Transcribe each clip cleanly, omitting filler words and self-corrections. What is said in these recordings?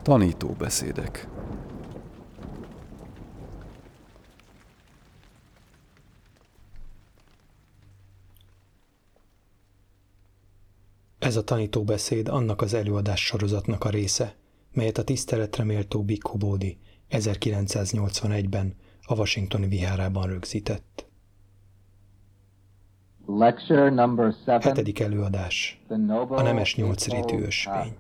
Tanítóbeszédek. Ez a tanítóbeszéd annak az előadás sorozatnak a része, melyet a tiszteletre méltó Bhikkhu Bodhi 1981-ben a washingtoni vihárában rögzített. Lecture number 7. 7. előadás. A nemes nyolcrétű ösvény.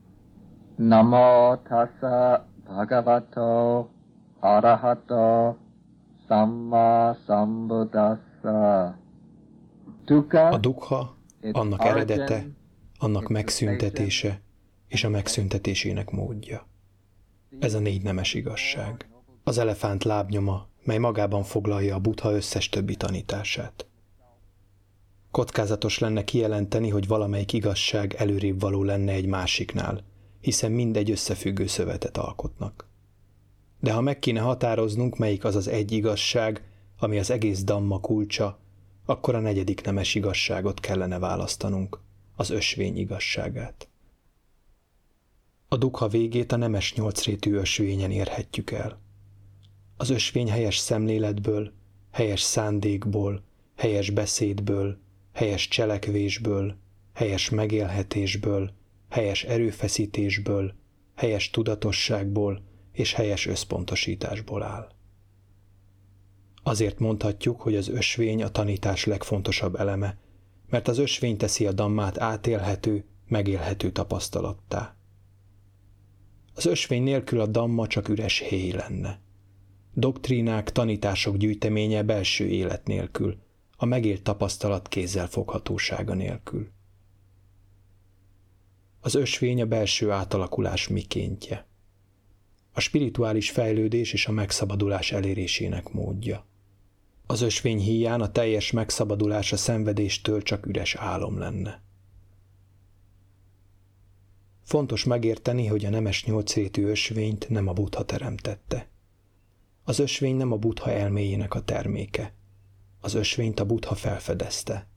Namo tassa bhagavato arahato samma sambuddhassa. A dukha, annak eredete, annak megszüntetése és a megszüntetésének módja. Ez a 4 nemes igazság. Az elefánt lábnyoma, mely magában foglalja a Buddha összes többi tanítását. Kockázatos lenne kijelenteni, hogy valamelyik igazság előrébb való lenne egy másiknál, hiszen mindegy összefüggő szövetet alkotnak. De ha meg kéne határoznunk, melyik az az egy igazság, ami az egész Dhamma kulcsa, akkor a 4. nemes igazságot kellene választanunk, az ösvény igazságát. A dukha végét a nemes 8-rétű ösvényen érhetjük el. Az ösvény helyes szemléletből, helyes szándékból, helyes beszédből, helyes cselekvésből, helyes megélhetésből, helyes erőfeszítésből, helyes tudatosságból és helyes összpontosításból áll. Azért mondhatjuk, hogy az ösvény a tanítás legfontosabb eleme, mert az ösvény teszi a dhammát átélhető, megélhető tapasztalattá. Az ösvény nélkül a dhamma csak üres héj lenne. Doktrínák, tanítások gyűjteménye belső élet nélkül, a megélt tapasztalat kézzelfoghatósága nélkül. Az ösvény a belső átalakulás mikéntje. A spirituális fejlődés és a megszabadulás elérésének módja. Az ösvény híján a teljes megszabadulás a szenvedéstől csak üres álom lenne. Fontos megérteni, hogy a nemes 8-rétű ösvényt nem a Buddha teremtette. Az ösvény nem a Buddha elméjének a terméke. Az ösvényt a Buddha felfedezte.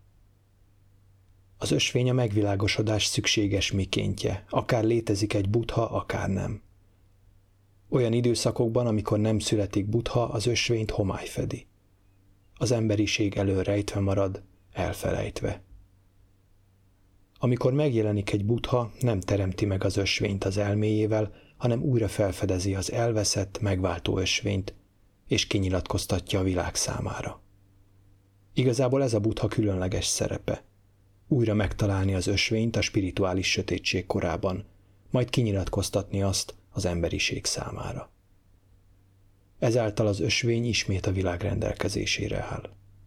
Az ösvény a megvilágosodás szükséges mikéntje, akár létezik egy Buddha, akár nem. Olyan időszakokban, amikor nem születik Buddha, az ösvényt homály fedi. Az emberiség elől rejtve marad, elfelejtve. Amikor megjelenik egy Buddha, nem teremti meg az ösvényt az elméjével, hanem újra felfedezi az elveszett, megváltó ösvényt, és kinyilatkoztatja a világ számára. Igazából ez a Buddha különleges szerepe. Újra megtalálni az ösvényt a spirituális sötétség korában, majd kinyilatkoztatni azt az emberiség számára. Ezáltal az ösvény ismét a világ rendelkezésére áll.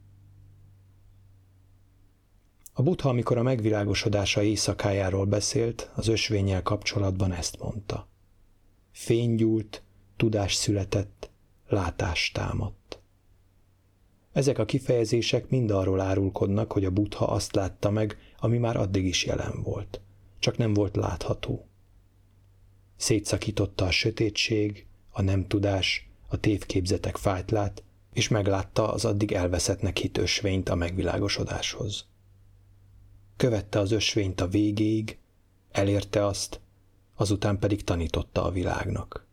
A Buddha, amikor a megvilágosodása éjszakájáról beszélt, az ösvénnyel kapcsolatban ezt mondta. Fény gyúlt, tudás született, látás támadt. Ezek a kifejezések mind arról árulkodnak, hogy a Buddha azt látta meg, ami már addig is jelen volt, csak nem volt látható. Szétszakította a sötétség, a nem tudás, a tévképzetek fájtlát, és meglátta az addig elveszettnek hitt ösvényt a megvilágosodáshoz. Követte az ösvényt a végéig, elérte azt, azután pedig tanította a világnak.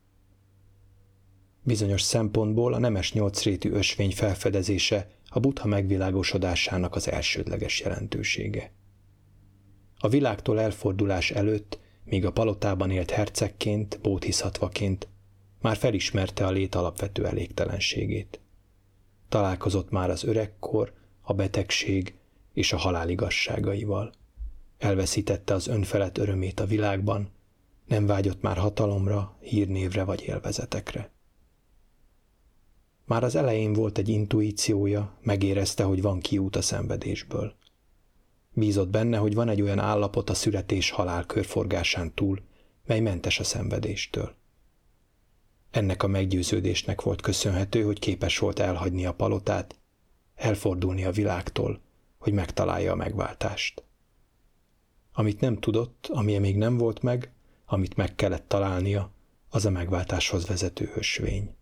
Bizonyos szempontból a nemes 8-rétű ösvény felfedezése a Buddha megvilágosodásának az elsődleges jelentősége. A világtól elfordulás előtt, míg a palotában élt hercegként, bódhiszatvaként, már felismerte a lét alapvető elégtelenségét. Találkozott már az öregkor, a betegség és a halál igazságaival. Elveszítette az önfelett örömét a világban, nem vágyott már hatalomra, hírnévre vagy élvezetekre. Már az elején volt egy intuíciója, megérezte, hogy van kiút a szenvedésből. Bízott benne, hogy van egy olyan állapot a születés-halál körforgásán túl, mely mentes a szenvedéstől. Ennek a meggyőződésnek volt köszönhető, hogy képes volt elhagyni a palotát, elfordulni a világtól, hogy megtalálja a megváltást. Amit nem tudott, amilyen még nem volt meg, amit meg kellett találnia, az a megváltáshoz vezető ösvény.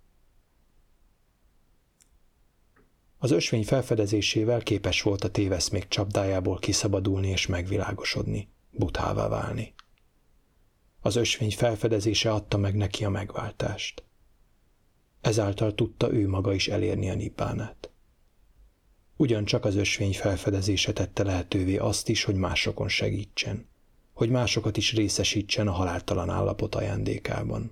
Az ösvény felfedezésével képes volt a téveszmék csapdájából kiszabadulni és megvilágosodni, Buddhává válni. Az ösvény felfedezése adta meg neki a megváltást. Ezáltal tudta ő maga is elérni a nibbánát. Ugyancsak az ösvény felfedezése tette lehetővé azt is, hogy másokon segítsen, hogy másokat is részesítsen a haláltalan állapot ajándékában.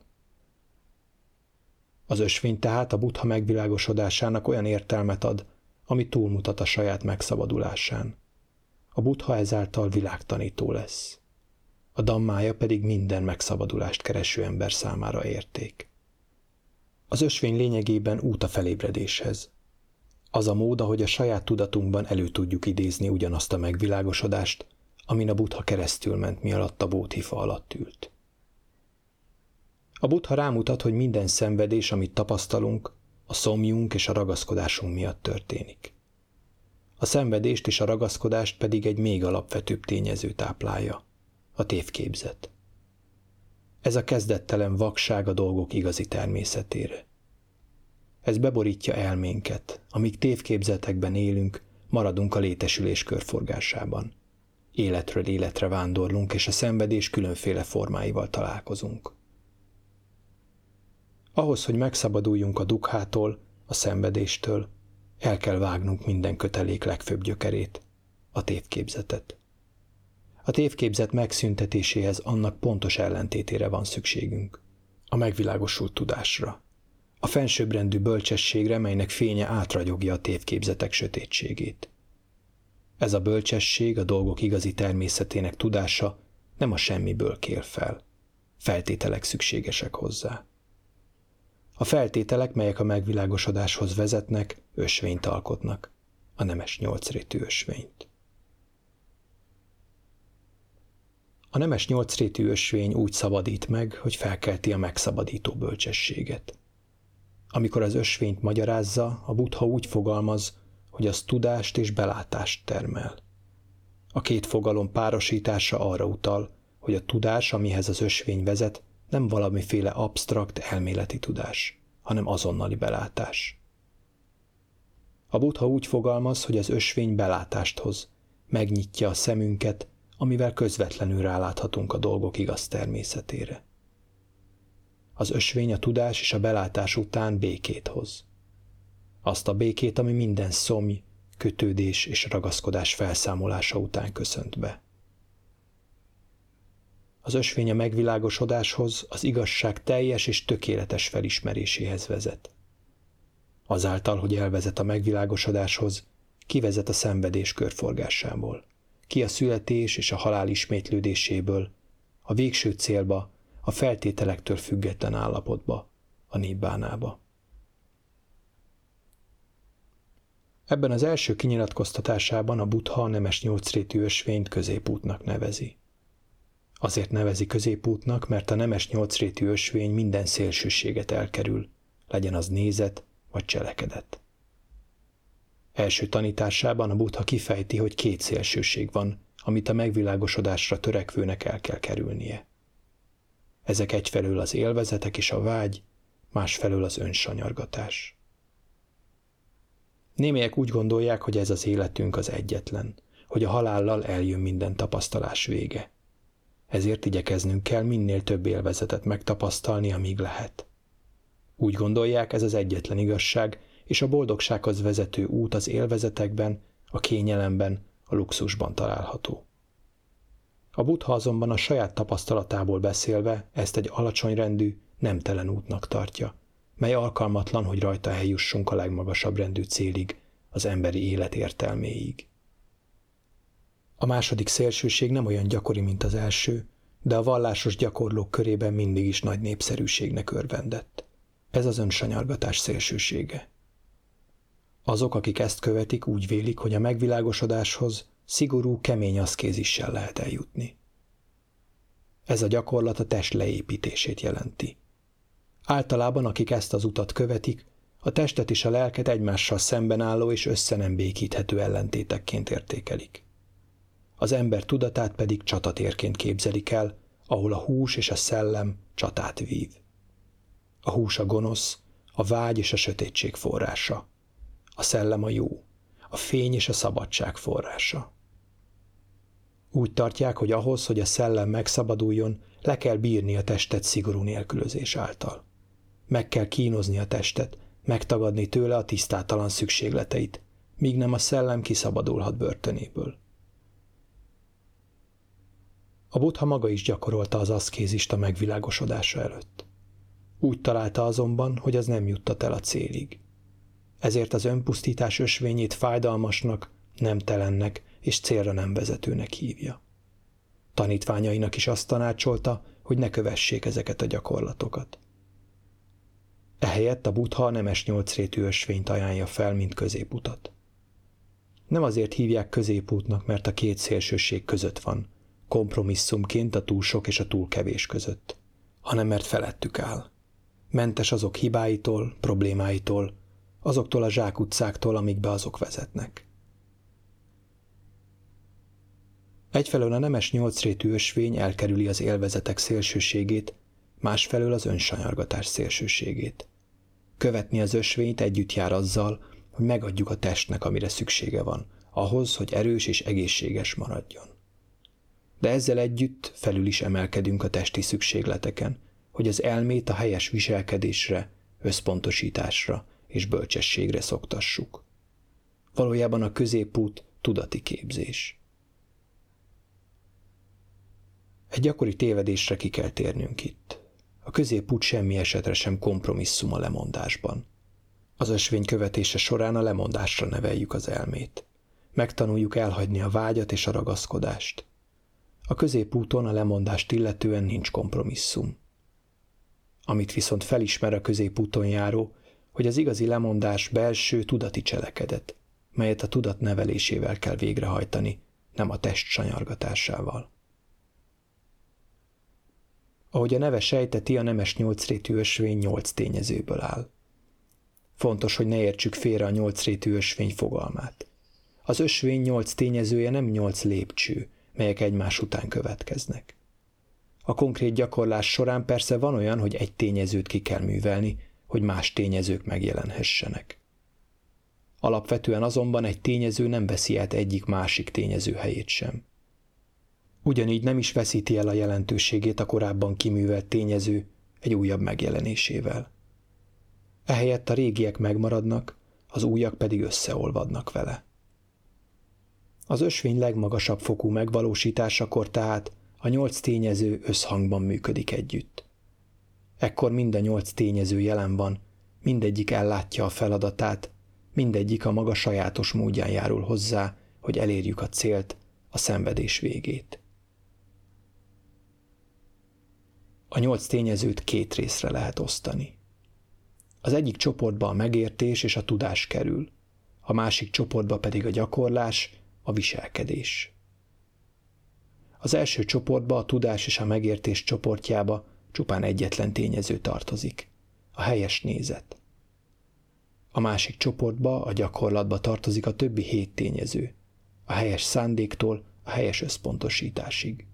Az ösvény tehát a Buddha megvilágosodásának olyan értelmet ad, ami túlmutat a saját megszabadulásán. A Buddha ezáltal világtanító lesz. A dammája pedig minden megszabadulást kereső ember számára érték. Az ösvény lényegében út a felébredéshez. Az a mód, ahogy a saját tudatunkban elő tudjuk idézni ugyanazt a megvilágosodást, amin a Buddha keresztül ment, mi alatt a bódhifa alatt ült. A Buddha rámutat, hogy minden szenvedés, amit tapasztalunk, a szomjunk és a ragaszkodásunk miatt történik. A szenvedést és a ragaszkodást pedig egy még alapvetőbb tényező táplálja, a tévképzet. Ez a kezdettelen vakság a dolgok igazi természetére. Ez beborítja elménket, amíg tévképzetekben élünk, maradunk a létesülés körforgásában. Életről életre vándorlunk, és a szenvedés különféle formáival találkozunk. Ahhoz, hogy megszabaduljunk a dukhától, a szenvedéstől, el kell vágnunk minden kötelék legfőbb gyökerét, a tévképzetet. A tévképzet megszüntetéséhez annak pontos ellentétére van szükségünk, a megvilágosult tudásra, a fensőbbrendű bölcsességre, melynek fénye átragyogja a tévképzetek sötétségét. Ez a bölcsesség, a dolgok igazi természetének tudása nem a semmiből kél fel. Feltételek szükségesek hozzá. A feltételek, melyek a megvilágosodáshoz vezetnek, ösvényt alkotnak, a nemes 8-rétű ösvényt. A nemes 8-rétű ösvény úgy szabadít meg, hogy felkelti a megszabadító bölcsességet. Amikor az ösvényt magyarázza, a Buddha úgy fogalmaz, hogy az tudást és belátást termel. A két fogalom párosítása arra utal, hogy a tudás, amihez az ösvény vezet, nem valamiféle absztrakt elméleti tudás, hanem azonnali belátás. A Buddha úgy fogalmaz, hogy az ösvény belátást hoz, megnyitja a szemünket, amivel közvetlenül ráláthatunk a dolgok igaz természetére. Az ösvény a tudás és a belátás után békét hoz. Azt a békét, ami minden szomj, kötődés és ragaszkodás felszámolása után köszönt be. Az ösvény a megvilágosodáshoz, az igazság teljes és tökéletes felismeréséhez vezet. Azáltal, hogy elvezet a megvilágosodáshoz, kivezet a szenvedés körforgásából, ki a születés és a halál ismétlődéséből, a végső célba, a feltételektől független állapotba, a nibbánába. Ebben az első kinyilatkoztatásában a Buddha a nemes 8-rétű ösvényt középútnak nevezi. Azért nevezi középútnak, mert a nemes 8-rétű ösvény minden szélsőséget elkerül, legyen az nézet vagy cselekedet. Első tanításában a Buddha kifejti, hogy két szélsőség van, amit a megvilágosodásra törekvőnek el kell kerülnie. Ezek egyfelől az élvezetek és a vágy, másfelől az önsanyargatás. Némelyek úgy gondolják, hogy ez az életünk az egyetlen, hogy a halállal eljön minden tapasztalás vége. Ezért igyekeznünk kell minél több élvezetet megtapasztalni, amíg lehet. Úgy gondolják, ez az egyetlen igazság, és a boldogsághoz vezető út az élvezetekben, a kényelemben, a luxusban található. A Buddha azonban a saját tapasztalatából beszélve ezt egy alacsonyrendű, nemtelen útnak tartja, mely alkalmatlan, hogy rajta eljussunk a legmagasabb rendű célig, az emberi élet értelméig. A második szélsőség nem olyan gyakori, mint az első, de a vallásos gyakorlók körében mindig is nagy népszerűségnek örvendett. Ez az önsanyargatás szélsősége. Azok, akik ezt követik, úgy vélik, hogy a megvilágosodáshoz szigorú, kemény aszkézissel lehet eljutni. Ez a gyakorlat a test leépítését jelenti. Általában, akik ezt az utat követik, a testet és a lelket egymással szemben álló és össze nem békíthető ellentétekként értékelik. Az ember tudatát pedig csatatérként képzelik el, ahol a hús és a szellem csatát vív. A hús a gonosz, a vágy és a sötétség forrása. A szellem a jó, a fény és a szabadság forrása. Úgy tartják, hogy ahhoz, hogy a szellem megszabaduljon, Le kell bírni a testet szigorú nélkülözés által. Meg kell kínozni a testet, megtagadni tőle a tisztátalan szükségleteit, míg nem a szellem kiszabadulhat börtönéből. A Buddha maga is gyakorolta az aszkézist a megvilágosodása előtt. Úgy találta azonban, hogy az nem juttat el a célig. Ezért az önpusztítás ösvényét fájdalmasnak, nemtelennek és célra nem vezetőnek hívja. Tanítványainak is azt tanácsolta, hogy ne kövessék ezeket a gyakorlatokat. Ehelyett a Buddha a nemes nyolcrétű ösvényt ajánlja fel, mint középutat. Nem azért hívják középútnak, mert a két szélsőség között van, kompromisszumként a túl sok és a túl kevés között, hanem mert felettük áll. Mentes azok hibáitól, problémáitól, azoktól a zsákutcáktól, amikbe azok vezetnek. Egyfelől a nemes nyolcrétű ösvény elkerüli az élvezetek szélsőségét, másfelől az önsanyargatás szélsőségét. Követni az ösvényt együtt jár azzal, hogy megadjuk a testnek, amire szüksége van, ahhoz, hogy erős és egészséges maradjon. De ezzel együtt felül is emelkedünk a testi szükségleteken, hogy az elmét a helyes viselkedésre, összpontosításra és bölcsességre szoktassuk. Valójában a középút tudati képzés. Egy gyakori tévedésre ki kell térnünk itt. A középút semmi esetre sem kompromisszum a lemondásban. Az ösvény követése során a lemondásra neveljük az elmét. Megtanuljuk elhagyni a vágyat és a ragaszkodást. A középúton a lemondást illetően nincs kompromisszum. Amit viszont felismer a középúton járó, hogy az igazi lemondás belső tudati cselekedet, melyet a tudat nevelésével kell végrehajtani, nem a test sanyargatásával. Ahogy a neve sejteti, a nemes nyolcrétű ösvény 8 tényezőből áll. Fontos, hogy ne értsük félre a nyolcrétű ösvény fogalmát. Az ösvény 8 tényezője nem 8 lépcső, melyek egymás után következnek. A konkrét gyakorlás során persze van olyan, hogy egy tényezőt ki kell művelni, hogy más tényezők megjelenhessenek. Alapvetően azonban egy tényező nem veszi át egyik-másik tényező helyét sem. Ugyanígy nem is veszíti el a jelentőségét a korábban kiművelt tényező egy újabb megjelenésével. Ehelyett a régiek megmaradnak, az újak pedig összeolvadnak vele. Az ösvény legmagasabb fokú megvalósításakor tehát a 8 tényező összhangban működik együtt. Ekkor mind a 8 tényező jelen van, mindegyik ellátja a feladatát, mindegyik a maga sajátos módján járul hozzá, hogy elérjük a célt, a szenvedés végét. A 8 tényezőt 2 részre lehet osztani. Az egyik csoportba a megértés és a tudás kerül, a másik csoportba pedig a gyakorlás, a viselkedés. Az első csoportba, a tudás és a megértés csoportjába csupán egyetlen tényező tartozik, a helyes nézet. A másik csoportba, a gyakorlatba tartozik a többi 7 tényező, a helyes szándéktól a helyes összpontosításig.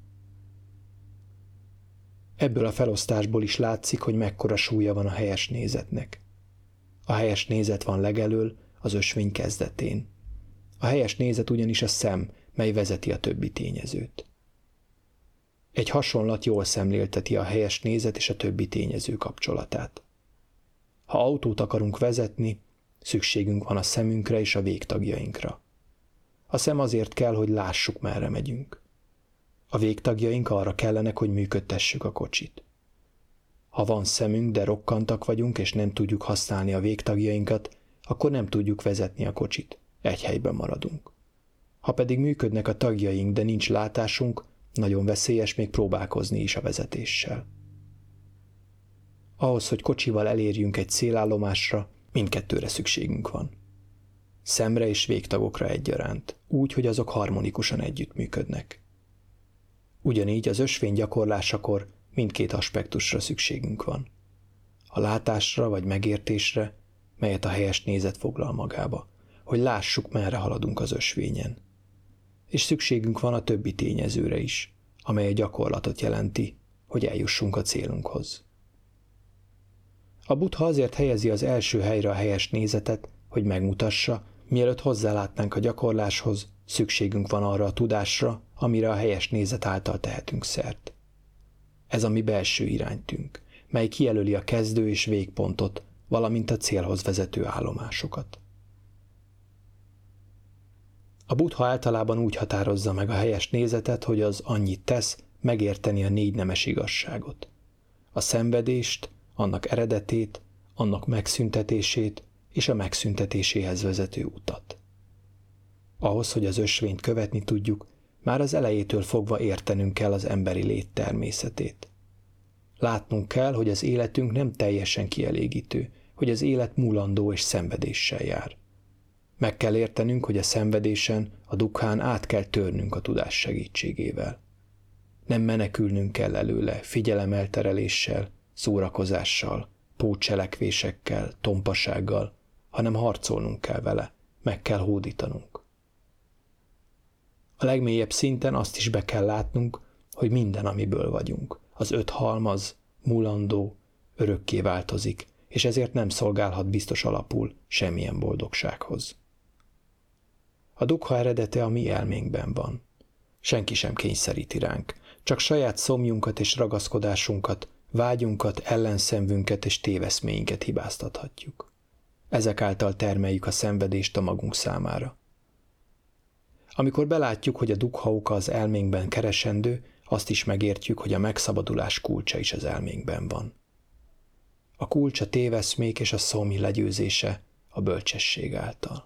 Ebből a felosztásból is látszik, hogy mekkora súlya van a helyes nézetnek. A helyes nézet van legelől, az ösvény kezdetén. A helyes nézet ugyanis a szem, mely vezeti a többi tényezőt. Egy hasonlat jól szemlélteti a helyes nézet és a többi tényező kapcsolatát. Ha autót akarunk vezetni, szükségünk van a szemünkre és a végtagjainkra. A szem azért kell, hogy lássuk, merre megyünk. A végtagjaink arra kellenek, hogy működtessük a kocsit. Ha van szemünk, de rokkantak vagyunk, és nem tudjuk használni a végtagjainkat, akkor nem tudjuk vezetni a kocsit, egy helyben maradunk. Ha pedig működnek a tagjaink, de nincs látásunk, nagyon veszélyes még próbálkozni is a vezetéssel. Ahhoz, hogy kocsival elérjünk egy célállomásra, mindkettőre szükségünk van. Szemre és végtagokra egyaránt, úgy, hogy azok harmonikusan együttműködnek. Ugyanígy az ösvény gyakorlásakor mindkét aspektusra szükségünk van. A látásra vagy megértésre, melyet a helyes nézet foglal magába, hogy lássuk, merre haladunk az ösvényen. És szükségünk van a többi tényezőre is, amely a gyakorlatot jelenti, hogy eljussunk a célunkhoz. A Buddha azért helyezi az első helyre a helyes nézetet, hogy megmutassa, mielőtt hozzálátnánk a gyakorláshoz, szükségünk van arra a tudásra, amire a helyes nézet által tehetünk szert. Ez a mi belső iránytűnk, mely kijelöli a kezdő és végpontot, valamint a célhoz vezető állomásokat. A Buddha általában úgy határozza meg a helyes nézetet, hogy az annyit tesz, megérteni a 4 nemes igazságot. A szenvedést, annak eredetét, annak megszüntetését és a megszüntetéséhez vezető utat. Ahhoz, hogy az ösvényt követni tudjuk, már az elejétől fogva értenünk kell az emberi lét természetét. Látnunk kell, hogy az életünk nem teljesen kielégítő, hogy az élet múlandó és szenvedéssel jár. Meg kell értenünk, hogy a szenvedésen, a dukkán át kell törnünk a tudás segítségével. Nem menekülnünk kell előle figyelemeltereléssel, szórakozással, pótcselekvésekkel, tompasággal, hanem harcolnunk kell vele, meg kell hódítanunk. A legmélyebb szinten azt is be kell látnunk, hogy minden, amiből vagyunk, az 5 halmaz, múlandó, örökké változik, és ezért nem szolgálhat biztos alapul semmilyen boldogsághoz. A dukkha eredete a mi elménkben van. Senki sem kényszeríti ránk, csak saját szomjunkat és ragaszkodásunkat, vágyunkat, ellenszenvünket és téveszméinket hibáztathatjuk. Ezek által termeljük a szenvedést a magunk számára. Amikor belátjuk, hogy a dukkha oka az elménkben keresendő, azt is megértjük, hogy a megszabadulás kulcsa is az elménkben van. A kulcs a téveszmék és a szomj legyőzése a bölcsesség által.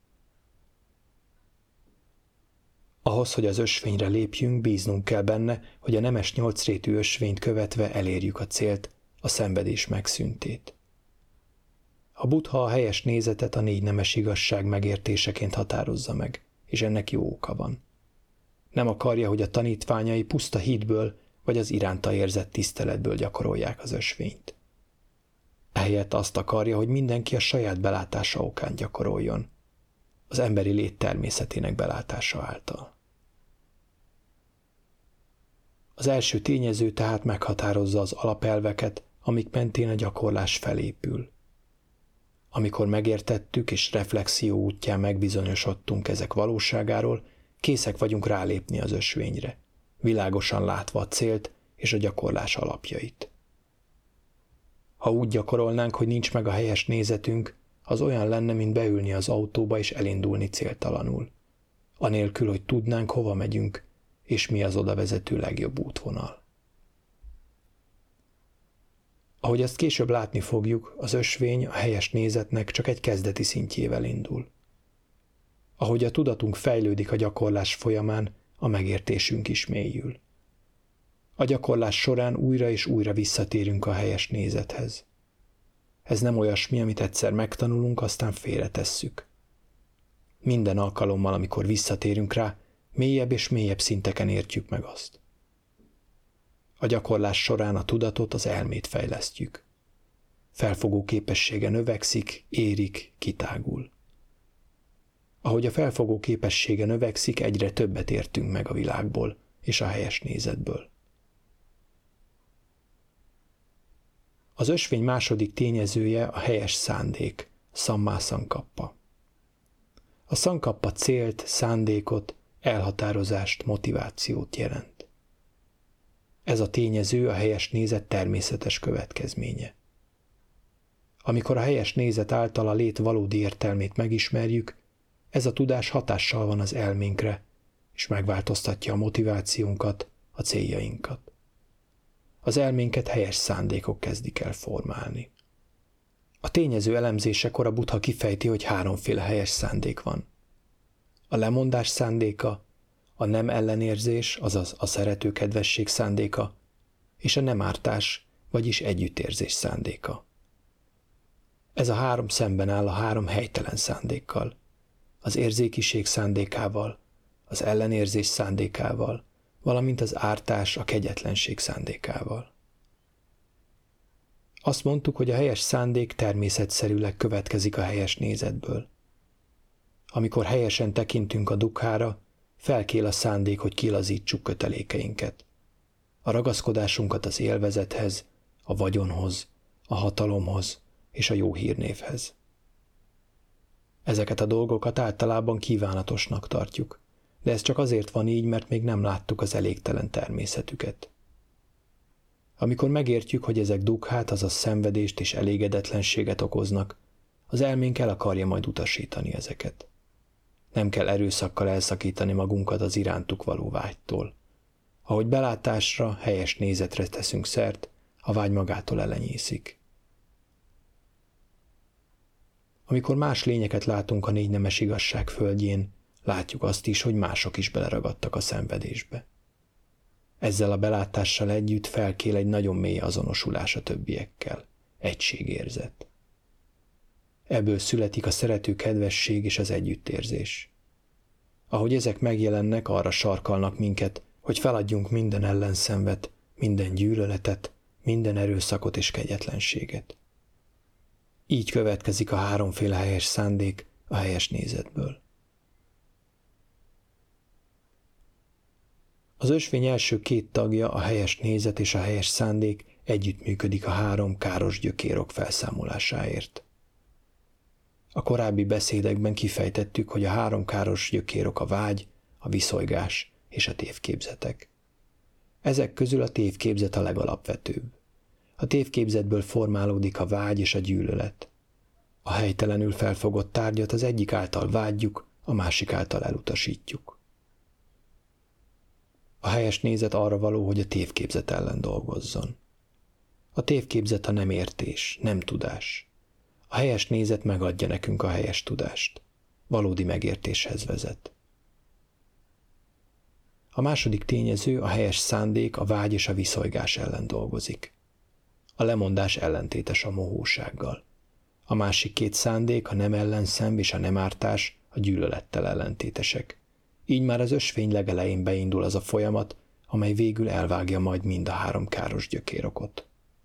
Ahhoz, hogy az ösvényre lépjünk, bíznunk kell benne, hogy a nemes 8 rétű ösvényt követve elérjük a célt, a szenvedés megszűntét. A Buddha a helyes nézetet a 4 nemes igazság megértéseként határozza meg, és ennek jó oka van. Nem akarja, hogy a tanítványai puszta hitből vagy az iránta érzett tiszteletből gyakorolják az ösvényt. Ehelyett azt akarja, hogy mindenki a saját belátása okán gyakoroljon, az emberi lét természetének belátása által. Az első tényező tehát meghatározza az alapelveket, amik mentén a gyakorlás felépül. Amikor megértettük és reflexió útján megbizonyosodtunk ezek valóságáról, készek vagyunk rálépni az ösvényre, világosan látva a célt és a gyakorlás alapjait. Ha úgy gyakorolnánk, hogy nincs meg a helyes nézetünk, az olyan lenne, mint beülni az autóba és elindulni céltalanul, anélkül, hogy tudnánk, hova megyünk, és mi az oda vezető legjobb útvonal. Ahogy azt később látni fogjuk, az ösvény a helyes nézetnek csak egy kezdeti szintjével indul. Ahogy a tudatunk fejlődik a gyakorlás folyamán, a megértésünk is mélyül. A gyakorlás során újra és újra visszatérünk a helyes nézethez. Ez nem olyasmi, amit egyszer megtanulunk, aztán félretesszük. Minden alkalommal, amikor visszatérünk rá, mélyebb és mélyebb szinteken értjük meg azt. A gyakorlás során a tudatot, az elmét fejlesztjük. Felfogó képessége növekszik, érik, kitágul. Ahogy a felfogó képessége növekszik, egyre többet értünk meg a világból és a helyes nézetből. Az ösvény második tényezője a helyes szándék, szamma szankappa. A szankappa célt, szándékot, elhatározást, motivációt jelent. Ez a tényező a helyes nézet természetes következménye. Amikor a helyes nézet által a lét valódi értelmét megismerjük, ez a tudás hatással van az elménkre, és megváltoztatja a motivációnkat, a céljainkat. Az elménket helyes szándékok kezdik el formálni. A tényező elemzésekor a Buddha kifejti, hogy 3 helyes szándék van. A lemondás szándéka, a nem ellenérzés, azaz a szeretőkedvesség szándéka, és a nem ártás, vagyis együttérzés szándéka. Ez a 3 szemben áll a 3 helytelen szándékkal, az érzékiség szándékával, az ellenérzés szándékával, valamint az ártás, a kegyetlenség szándékával. Azt mondtuk, hogy a helyes szándék természetszerűleg következik a helyes nézetből. Amikor helyesen tekintünk a dukkhára, felkél a szándék, hogy kilazítsuk kötelékeinket. A ragaszkodásunkat az élvezethez, a vagyonhoz, a hatalomhoz és a jó hírnévhez. Ezeket a dolgokat általában kívánatosnak tartjuk, de ez csak azért van így, mert még nem láttuk az elégtelen természetüket. Amikor megértjük, hogy ezek dukhát, azaz szenvedést és elégedetlenséget okoznak, az elménk el akarja majd utasítani ezeket. Nem kell erőszakkal elszakítani magunkat az irántuk való vágytól. Ahogy belátásra, helyes nézetre teszünk szert, a vágy magától elenyészik. Amikor más lényeket látunk a négy nemes igazság földjén, látjuk azt is, hogy mások is beleragadtak a szenvedésbe. Ezzel a belátással együtt felkél egy nagyon mély azonosulás a többiekkel, egységérzet. Ebből születik a szerető kedvesség és az együttérzés. Ahogy ezek megjelennek, arra sarkalnak minket, hogy feladjunk minden ellenszenvet, minden gyűlöletet, minden erőszakot és kegyetlenséget. Így következik a háromféle helyes szándék a helyes nézetből. Az ösvény első két tagja, a helyes nézet és a helyes szándék együttműködik a három káros gyökérok felszámolásáért. A korábbi beszédekben kifejtettük, hogy a három káros gyökérok a vágy, a viszolygás és a tévképzetek. Ezek közül a tévképzet a legalapvetőbb. A tévképzetből formálódik a vágy és a gyűlölet. A helytelenül felfogott tárgyat az egyik által vágyjuk, a másik által elutasítjuk. A helyes nézet arra való, hogy a tévképzet ellen dolgozzon. A tévképzet a nem értés, nem tudás. A helyes nézet megadja nekünk a helyes tudást. Valódi megértéshez vezet. A második tényező, a helyes szándék, a vágy és a viszolygás ellen dolgozik. A lemondás ellentétes a mohósággal. A másik két szándék, a nem ellenszenv és a nem ártás a gyűlölettel ellentétesek. Így már az ösvény legelején beindul az a folyamat, amely végül elvágja majd mind a három káros gyökérokot.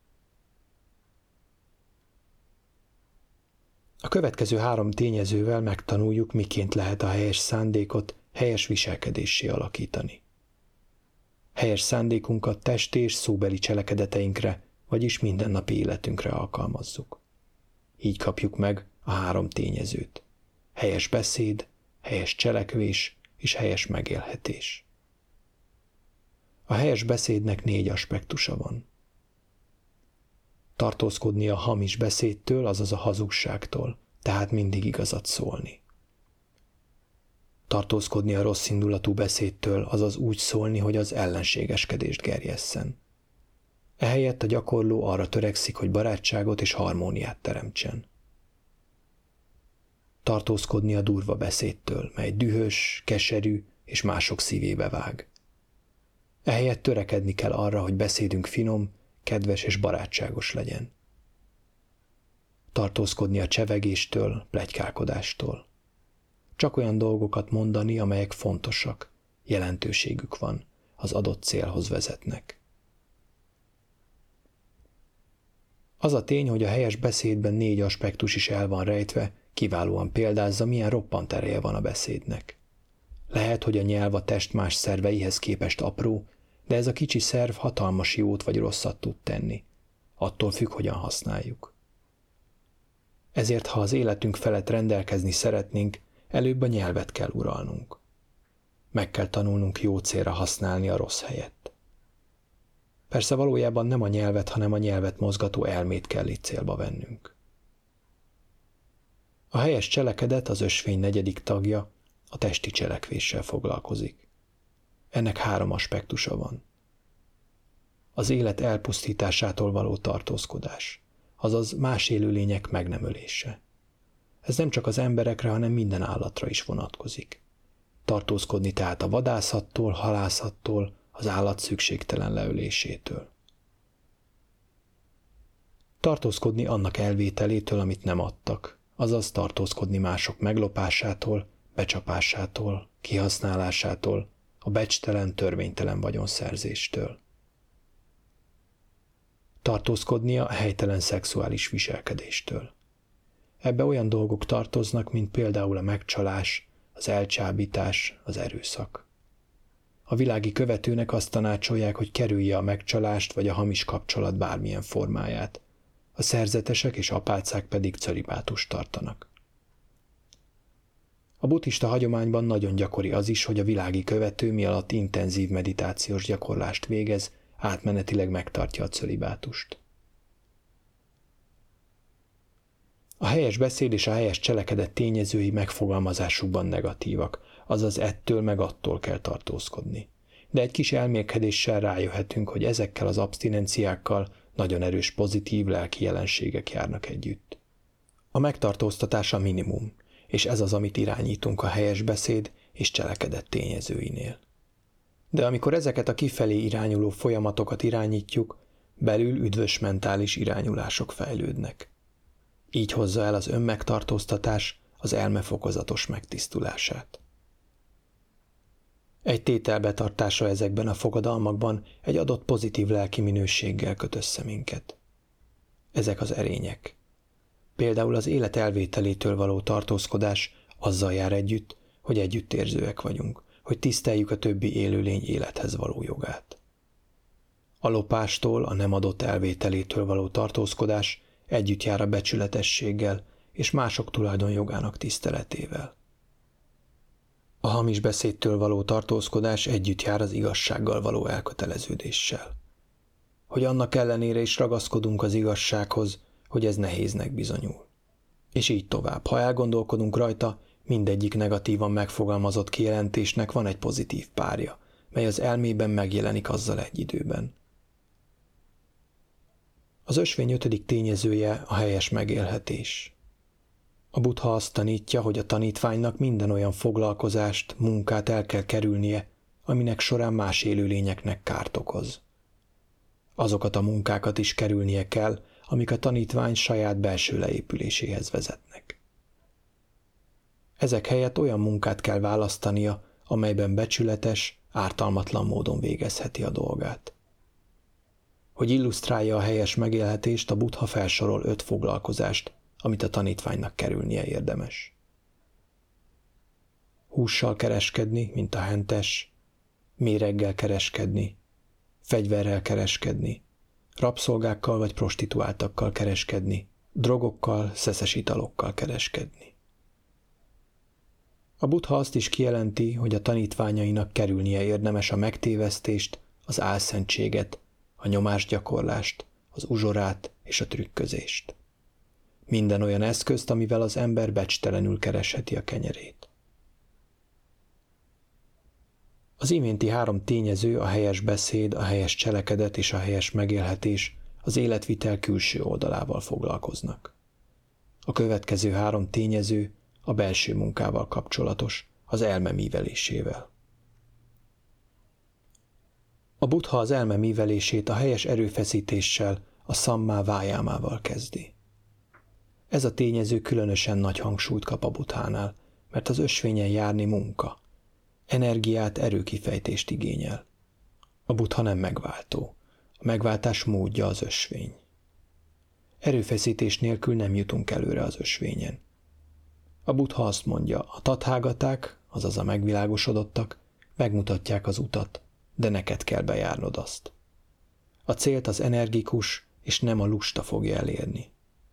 A következő három tényezővel megtanuljuk, miként lehet a helyes szándékot helyes viselkedéssé alakítani. Helyes szándékunkat testi és szóbeli cselekedeteinkre, vagyis mindennapi életünkre alkalmazzuk. Így kapjuk meg a három tényezőt. Helyes beszéd, helyes cselekvés és helyes megélhetés. A helyes beszédnek 4 aspektusa van. Tartózkodni a hamis beszédtől, azaz a hazugságtól, tehát mindig igazat szólni. Tartózkodni a rosszindulatú beszédtől, azaz úgy szólni, hogy az ellenségeskedést gerjesszen. Ehelyett a gyakorló arra törekszik, hogy barátságot és harmóniát teremtsen. Tartózkodni a durva beszédtől, mely dühös, keserű és mások szívébe vág. Ehelyett törekedni kell arra, hogy beszédünk finom, kedves és barátságos legyen. Tartózkodni a csevegéstől, pletykálkodástól. Csak olyan dolgokat mondani, amelyek fontosak, jelentőségük van, az adott célhoz vezetnek. Az a tény, hogy a helyes beszédben 4 aspektus is el van rejtve, kiválóan példázza, milyen roppant ereje van a beszédnek. Lehet, hogy a nyelv a test más szerveihez képest apró, de ez a kicsi szerv hatalmas jót vagy rosszat tud tenni. Attól függ, hogyan használjuk. Ezért, ha az életünk felett rendelkezni szeretnénk, előbb a nyelvet kell uralnunk. Meg kell tanulnunk jó célra használni a rossz helyett. Persze valójában nem a nyelvet, hanem a nyelvet mozgató elmét kell itt célba vennünk. A helyes cselekedet, az ösvény 4. tagja, a testi cselekvéssel foglalkozik. Ennek 3 aspektusa van. Az élet elpusztításától való tartózkodás, azaz más élőlények meg nem ölése. Ez nem csak az emberekre, hanem minden állatra is vonatkozik. Tartózkodni tehát a vadászattól, halászattól, az állat szükségtelen leölésétől. Tartózkodni annak elvételétől, amit nem adtak, azaz tartózkodni mások meglopásától, becsapásától, kihasználásától, a becstelen, törvénytelen vagyonszerzéstől. Tartózkodni a helytelen szexuális viselkedéstől. Ebbe olyan dolgok tartoznak, mint például a megcsalás, az elcsábítás, az erőszak. A világi követőnek azt tanácsolják, hogy kerülje a megcsalást vagy a hamis kapcsolat bármilyen formáját. A szerzetesek és apácák pedig celibátust tartanak. A buddhista hagyományban nagyon gyakori az is, hogy a világi követő, mi alatt intenzív meditációs gyakorlást végez, átmenetileg megtartja a cölibátust. A helyes beszéd és a helyes cselekedet tényezői megfogalmazásukban negatívak, azaz ettől meg attól kell tartózkodni. De egy kis elmélkedéssel rájöhetünk, hogy ezekkel az abstinenciákkal nagyon erős pozitív lelki jelenségek járnak együtt. A megtartóztatás a minimum, és ez az, amit irányítunk a helyes beszéd és cselekedet tényezőinél. De amikor ezeket a kifelé irányuló folyamatokat irányítjuk, belül üdvös mentális irányulások fejlődnek. Így hozza el az önmegtartóztatás az elme fokozatos megtisztulását. Egy tétel betartása ezekben a fogadalmakban egy adott pozitív lelki minőséggel köt össze minket. Ezek az erények. Például az élet elvételétől való tartózkodás azzal jár együtt, hogy együttérzőek vagyunk, hogy tiszteljük a többi élőlény élethez való jogát. A lopástól, a nem adott elvételétől való tartózkodás együtt jár a becsületességgel és mások tulajdonjogának tiszteletével. A hamis beszédtől való tartózkodás együtt jár az igazsággal való elköteleződéssel. Hogy annak ellenére is ragaszkodunk az igazsághoz, hogy ez nehéznek bizonyul. És így tovább, ha elgondolkodunk rajta, mindegyik negatívan megfogalmazott kijelentésnek van egy pozitív párja, mely az elmében megjelenik azzal egy időben. Az ösvény 5. tényezője a helyes megélhetés. A Buddha azt tanítja, hogy a tanítványnak minden olyan foglalkozást, munkát el kell kerülnie, aminek során más élőlényeknek kárt okoz. Azokat a munkákat is kerülnie kell, amik a tanítvány saját belső leépüléséhez vezetnek. Ezek helyett olyan munkát kell választania, amelyben becsületes, ártalmatlan módon végezheti a dolgát. Hogy illusztrálja a helyes megélhetést, a Buddha felsorol 5 foglalkozást, amit a tanítványnak kerülnie érdemes. Hússal kereskedni, mint a hentes, méreggel kereskedni, fegyverrel kereskedni, rabszolgákkal vagy prostituáltakkal kereskedni, drogokkal, szeszes italokkal kereskedni. A Buddha azt is kijelenti, hogy a tanítványainak kerülnie érdemes a megtévesztést, az álszentséget, a nyomásgyakorlást, az uzsorát és a trükközést. Minden olyan eszközt, amivel az ember becstelenül keresheti a kenyerét. Az iménti 3 tényező, a helyes beszéd, a helyes cselekedet és a helyes megélhetés az életvitel külső oldalával foglalkoznak. A következő 3 tényező a belső munkával kapcsolatos, az elme mívelésével. A Buddha az elme mívelését a helyes erőfeszítéssel, a szammá vájámával kezdi. Ez a tényező különösen nagy hangsúlyt kap a Buddhánál, mert az ösvényen járni munka, energiát, erőkifejtést igényel. A Buddha nem megváltó, a megváltás módja az ösvény. Erőfeszítés nélkül nem jutunk előre az ösvényen. A Buddha azt mondja, a tathágaták, azaz a megvilágosodottak, megmutatják az utat, de neked kell bejárnod azt. A célt az energikus és nem a lusta fogja elérni.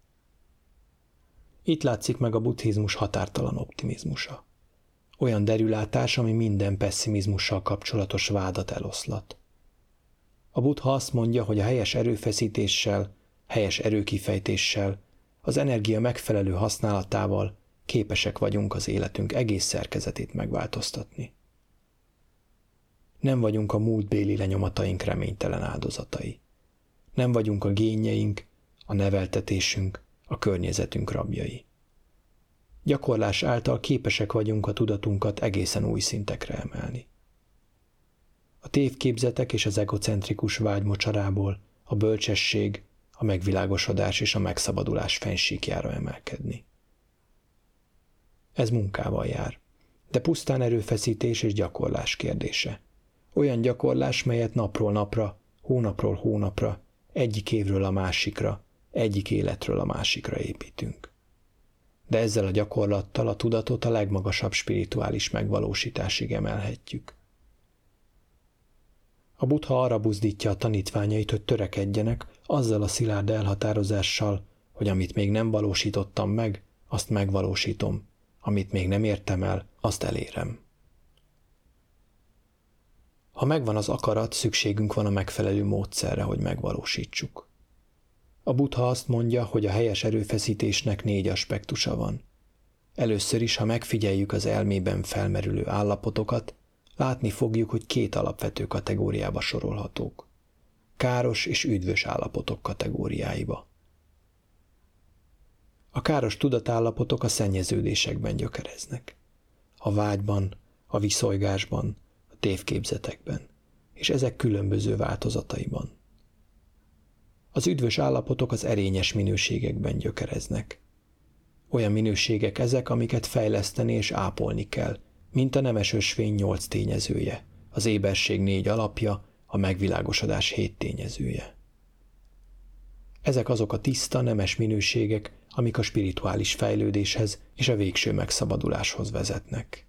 Itt látszik meg a buddhizmus határtalan optimizmusa. Olyan derülátás, ami minden pesszimizmussal kapcsolatos vádat eloszlat. A Buddha azt mondja, hogy a helyes erőfeszítéssel, helyes erőkifejtéssel, az energia megfelelő használatával képesek vagyunk az életünk egész szerkezetét megváltoztatni. Nem vagyunk a múltbéli lenyomataink reménytelen áldozatai. Nem vagyunk a génjeink, a neveltetésünk, a környezetünk rabjai. Gyakorlás által képesek vagyunk a tudatunkat egészen új szintekre emelni. A tévképzetek és az egocentrikus vágy mocsarából a bölcsesség, a megvilágosodás és a megszabadulás fennsíkjára emelkedni. Ez munkával jár, de pusztán erőfeszítés és gyakorlás kérdése. Olyan gyakorlás, melyet napról napra, hónapról hónapra, egyik évről a másikra, egyik életről a másikra építünk. De ezzel a gyakorlattal a tudatot a legmagasabb spirituális megvalósításig emelhetjük. A Buddha arra buzdítja a tanítványait, hogy törekedjenek azzal a szilárd elhatározással, hogy amit még nem valósítottam meg, azt megvalósítom, amit még nem értem el, azt elérem. Ha megvan az akarat, szükségünk van a megfelelő módszerre, hogy megvalósítsuk. A Buddha azt mondja, hogy a helyes erőfeszítésnek 4 aspektusa van. Először is, ha megfigyeljük az elmében felmerülő állapotokat, látni fogjuk, hogy 2 alapvető kategóriába sorolhatók. Káros és üdvös állapotok kategóriáiba. A káros tudatállapotok a szennyeződésekben gyökereznek. A vágyban, a viszolygásban, a tévképzetekben, és ezek különböző változataiban. Az üdvös állapotok az erényes minőségekben gyökereznek. Olyan minőségek ezek, amiket fejleszteni és ápolni kell, mint a nemes ösvény 8 tényezője, az éberség 4 alapja, a megvilágosodás 7 tényezője. Ezek azok a tiszta, nemes minőségek, amik a spirituális fejlődéshez és a végső megszabaduláshoz vezetnek.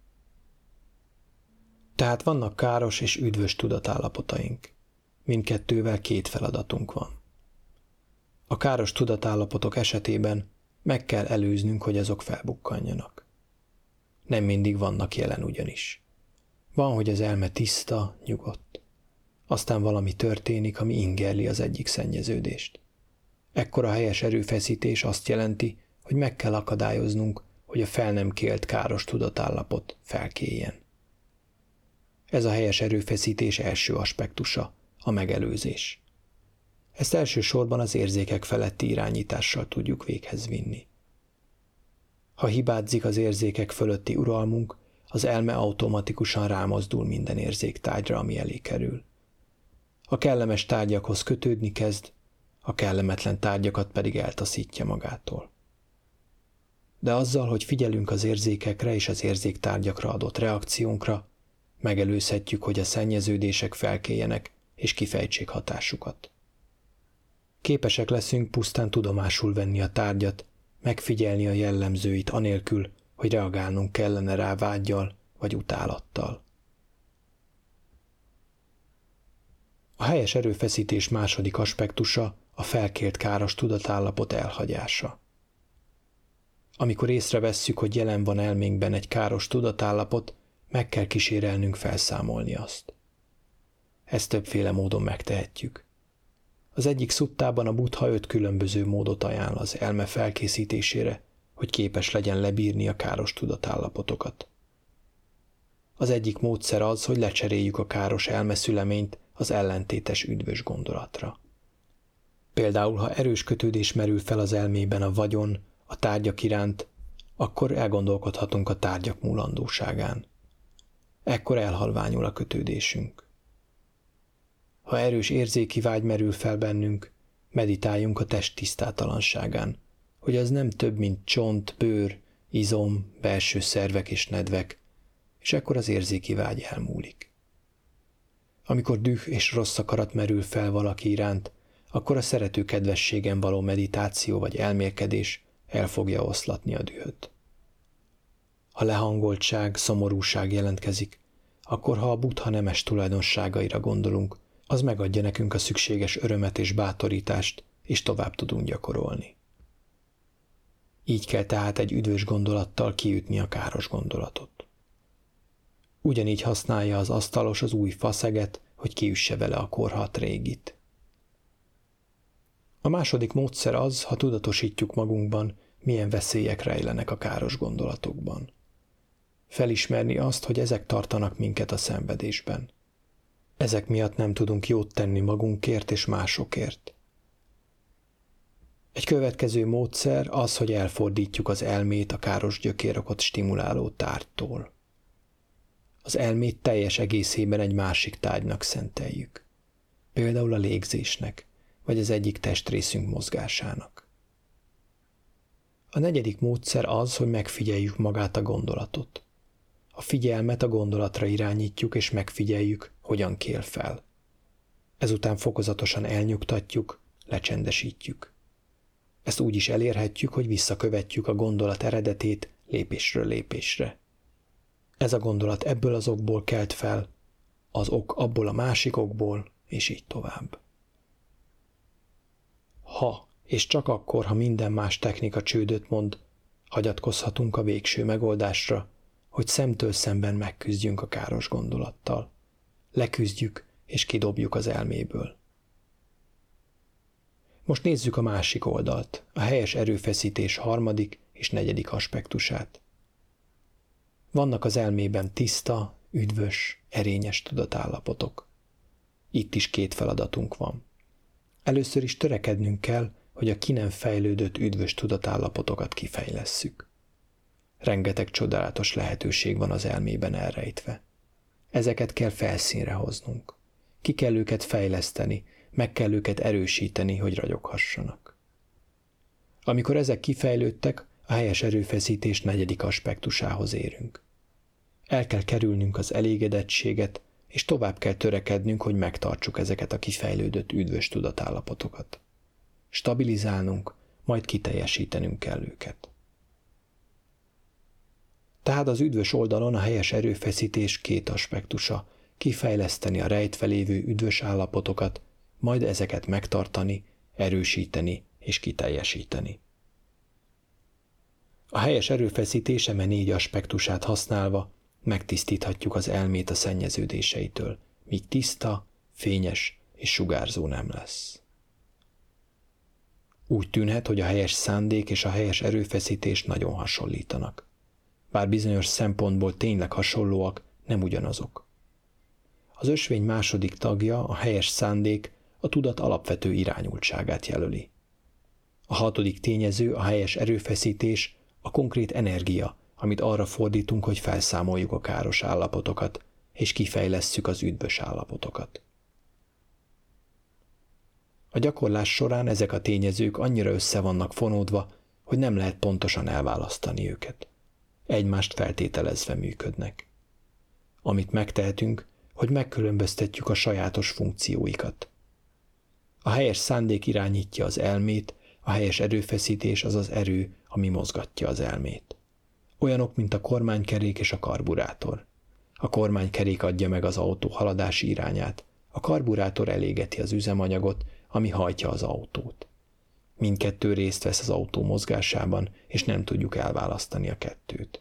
Tehát vannak káros és üdvös tudatállapotaink. Mindkettővel 2 feladatunk van. A káros tudatállapotok esetében meg kell előznünk, hogy azok felbukkanjanak. Nem mindig vannak jelen ugyanis. Van, hogy az elme tiszta, nyugodt. Aztán valami történik, ami ingerli az egyik szennyeződést. Ekkor a helyes erőfeszítés azt jelenti, hogy meg kell akadályoznunk, hogy a fel nem kélt káros tudatállapot felkéljen. Ez a helyes erőfeszítés első aspektusa, a megelőzés. Ezt elsősorban az érzékek feletti irányítással tudjuk véghez vinni. Ha hibázik az érzékek fölötti uralmunk, az elme automatikusan rámozdul minden érzéktárgyra, ami elé kerül. A kellemes tárgyakhoz kötődni kezd, a kellemetlen tárgyakat pedig eltaszítja magától. De azzal, hogy figyelünk az érzékekre és az érzéktárgyakra adott reakciónkra, megelőzhetjük, hogy a szennyeződések felkéljenek és kifejtsék hatásukat. Képesek leszünk pusztán tudomásul venni a tárgyat, megfigyelni a jellemzőit anélkül, hogy reagálnunk kellene rá vággyal vagy utálattal. A helyes erőfeszítés második aspektusa a felkélt káros tudatállapot elhagyása. Amikor észrevesszük, hogy jelen van elménkben egy káros tudatállapot, meg kell kísérelnünk felszámolni azt. Ezt többféle módon megtehetjük. Az egyik szuttában a Buddha 5 különböző módot ajánl az elme felkészítésére, hogy képes legyen lebírni a káros tudatállapotokat. Az egyik módszer az, hogy lecseréljük a káros elmeszüleményt az ellentétes üdvös gondolatra. Például, ha erős kötődés merül fel az elmében a vagyon, a tárgyak iránt, akkor elgondolkodhatunk a tárgyak múlandóságán. Ekkor elhalványul a kötődésünk. Ha erős érzéki vágy merül fel bennünk, meditáljunk a test tisztátalanságán, hogy az nem több, mint csont, bőr, izom, belső szervek és nedvek, és ekkor az érzéki vágy elmúlik. Amikor düh és rossz akarat merül fel valaki iránt, akkor a szerető kedvességen való meditáció vagy elmélkedés el fogja oszlatni a dühöt. Ha lehangoltság, szomorúság jelentkezik, akkor ha a Buddha nemes tulajdonságaira gondolunk, az megadja nekünk a szükséges örömet és bátorítást, és tovább tudunk gyakorolni. Így kell tehát egy üdvös gondolattal kiütni a káros gondolatot. Ugyanígy használja az asztalos az új faszeget, hogy kiüsse vele a korhat régit. A második módszer az, ha tudatosítjuk magunkban, milyen veszélyek rejlenek a káros gondolatokban. Felismerni azt, hogy ezek tartanak minket a szenvedésben. Ezek miatt nem tudunk jót tenni magunkért és másokért. Egy következő módszer az, hogy elfordítjuk az elmét a káros gyökérokot stimuláló tárgytól. Az elmét teljes egészében egy másik tárgynak szenteljük. Például a légzésnek, vagy az egyik testrészünk mozgásának. A negyedik módszer az, hogy megfigyeljük magát a gondolatot. A figyelmet a gondolatra irányítjuk, és megfigyeljük, hogyan kél fel. Ezután fokozatosan elnyugtatjuk, lecsendesítjük. Ezt úgy is elérhetjük, hogy visszakövetjük a gondolat eredetét lépésről lépésre. Ez a gondolat ebből az okból kelt fel, az ok abból a másik okból, és így tovább. Ha, és csak akkor, ha minden más technika csődöt mond, hagyatkozhatunk a végső megoldásra, hogy szemtől szemben megküzdjünk a káros gondolattal. leküzdjük és kidobjuk az elméből. Most nézzük a másik oldalt, a helyes erőfeszítés harmadik és negyedik aspektusát. Vannak az elmében tiszta, üdvös, erényes tudatállapotok. Itt is 2 feladatunk van. Először is törekednünk kell, hogy a ki nem fejlődött üdvös tudatállapotokat kifejlesszük. Rengeteg csodálatos lehetőség van az elmében elrejtve. Ezeket kell felszínre hoznunk. Ki kell őket fejleszteni, meg kell őket erősíteni, hogy ragyoghassanak. Amikor ezek kifejlődtek, a helyes erőfeszítés negyedik aspektusához érünk. El kell kerülnünk az elégedettséget, és tovább kell törekednünk, hogy megtartsuk ezeket a kifejlődött üdvös tudatállapotokat. Stabilizálnunk, majd kiteljesítenünk kell őket. Tehát az üdvös oldalon a helyes erőfeszítés 2 aspektusa, kifejleszteni a rejtve lévő üdvös állapotokat, majd ezeket megtartani, erősíteni és kiteljesíteni. A helyes erőfeszítés eme 4 aspektusát használva megtisztíthatjuk az elmét a szennyeződéseitől, míg tiszta, fényes és sugárzó nem lesz. Úgy tűnhet, hogy a helyes szándék és a helyes erőfeszítés nagyon hasonlítanak. Bár bizonyos szempontból tényleg hasonlóak, nem ugyanazok. Az ösvény második tagja, a helyes szándék, a tudat alapvető irányultságát jelöli. A 6. tényező, a helyes erőfeszítés, a konkrét energia, amit arra fordítunk, hogy felszámoljuk a káros állapotokat, és kifejlesszük az üdvös állapotokat. A gyakorlás során ezek a tényezők annyira össze vannak fonódva, hogy nem lehet pontosan elválasztani őket. Egymást feltételezve működnek. Amit megtehetünk, hogy megkülönböztetjük a sajátos funkcióikat. A helyes szándék irányítja az elmét, a helyes erőfeszítés az az erő, ami mozgatja az elmét. Olyanok, mint a kormánykerék és a karburátor. A kormánykerék adja meg az autó haladási irányát, a karburátor elégeti az üzemanyagot, ami hajtja az autót. Mindkettő részt vesz az autó mozgásában, és nem tudjuk elválasztani a kettőt.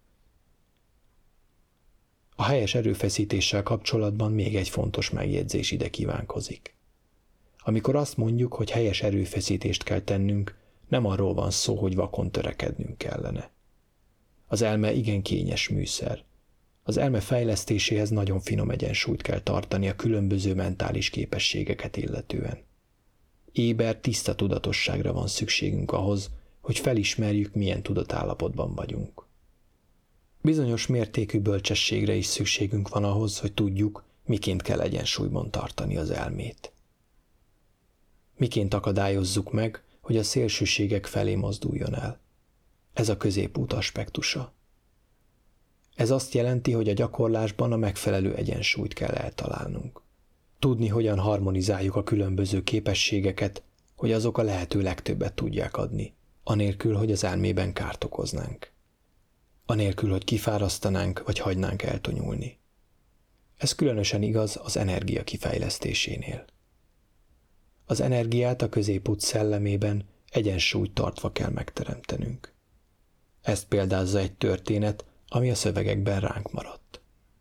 A helyes erőfeszítéssel kapcsolatban még egy fontos megjegyzés ide kívánkozik. Amikor azt mondjuk, hogy helyes erőfeszítést kell tennünk, nem arról van szó, hogy vakon törekednünk kellene. Az elme igen kényes műszer. Az elme fejlesztéséhez nagyon finom egyensúlyt kell tartani a különböző mentális képességeket illetően. Éber, tiszta tudatosságra van szükségünk ahhoz, hogy felismerjük, milyen tudatállapotban vagyunk. Bizonyos mértékű bölcsességre is szükségünk van ahhoz, hogy tudjuk, miként kell egyensúlyban tartani az elmét. Miként akadályozzuk meg, hogy a szélsőségek felé mozduljon el. Ez a középút aspektusa. Ez azt jelenti, hogy a gyakorlásban a megfelelő egyensúlyt kell eltalálnunk. Tudni, hogyan harmonizáljuk a különböző képességeket, hogy azok a lehető legtöbbet tudják adni, anélkül, hogy az elmében kárt okoznánk. Anélkül, hogy kifárasztanánk vagy hagynánk eltonyulni. Ez különösen igaz az energia kifejlesztésénél. Az energiát a középút szellemében egyensúlyt tartva kell megteremtenünk. Ezt példázza egy történet, ami a szövegekben ránk maradt.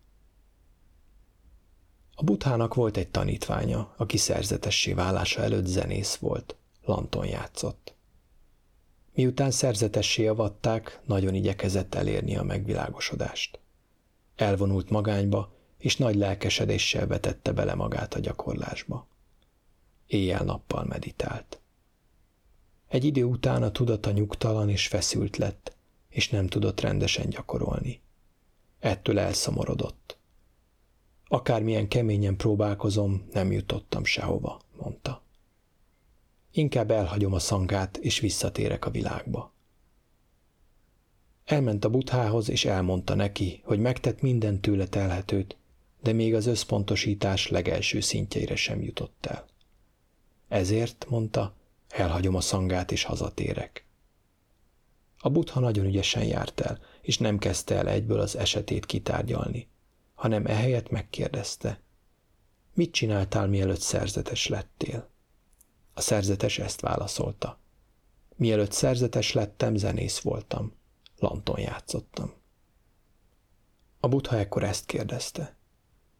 A Buddhának volt egy tanítványa, aki szerzetessé válása előtt zenész volt, lanton játszott. Miután szerzetessé avatták, nagyon igyekezett elérni a megvilágosodást. Elvonult magányba, és nagy lelkesedéssel vetette bele magát a gyakorlásba. Éjjel-nappal meditált. Egy idő után a tudata nyugtalan és feszült lett, és nem tudott rendesen gyakorolni. Ettől elszomorodott. Akármilyen keményen próbálkozom, nem jutottam sehova, mondta. Inkább elhagyom a szangát, és visszatérek a világba. Elment a Buddhához, és elmondta neki, hogy megtett minden tőle telhetőt, de még az összpontosítás legelső szintjeire sem jutott el. Ezért, mondta, elhagyom a szangát, és hazatérek. A Buddha nagyon ügyesen járt el, és nem kezdte el egyből az esetét kitárgyalni, hanem ehelyett megkérdezte, mit csináltál, mielőtt szerzetes lettél? A szerzetes ezt válaszolta. Mielőtt szerzetes lettem, zenész voltam. Lanton játszottam. A Buddha ekkor ezt kérdezte.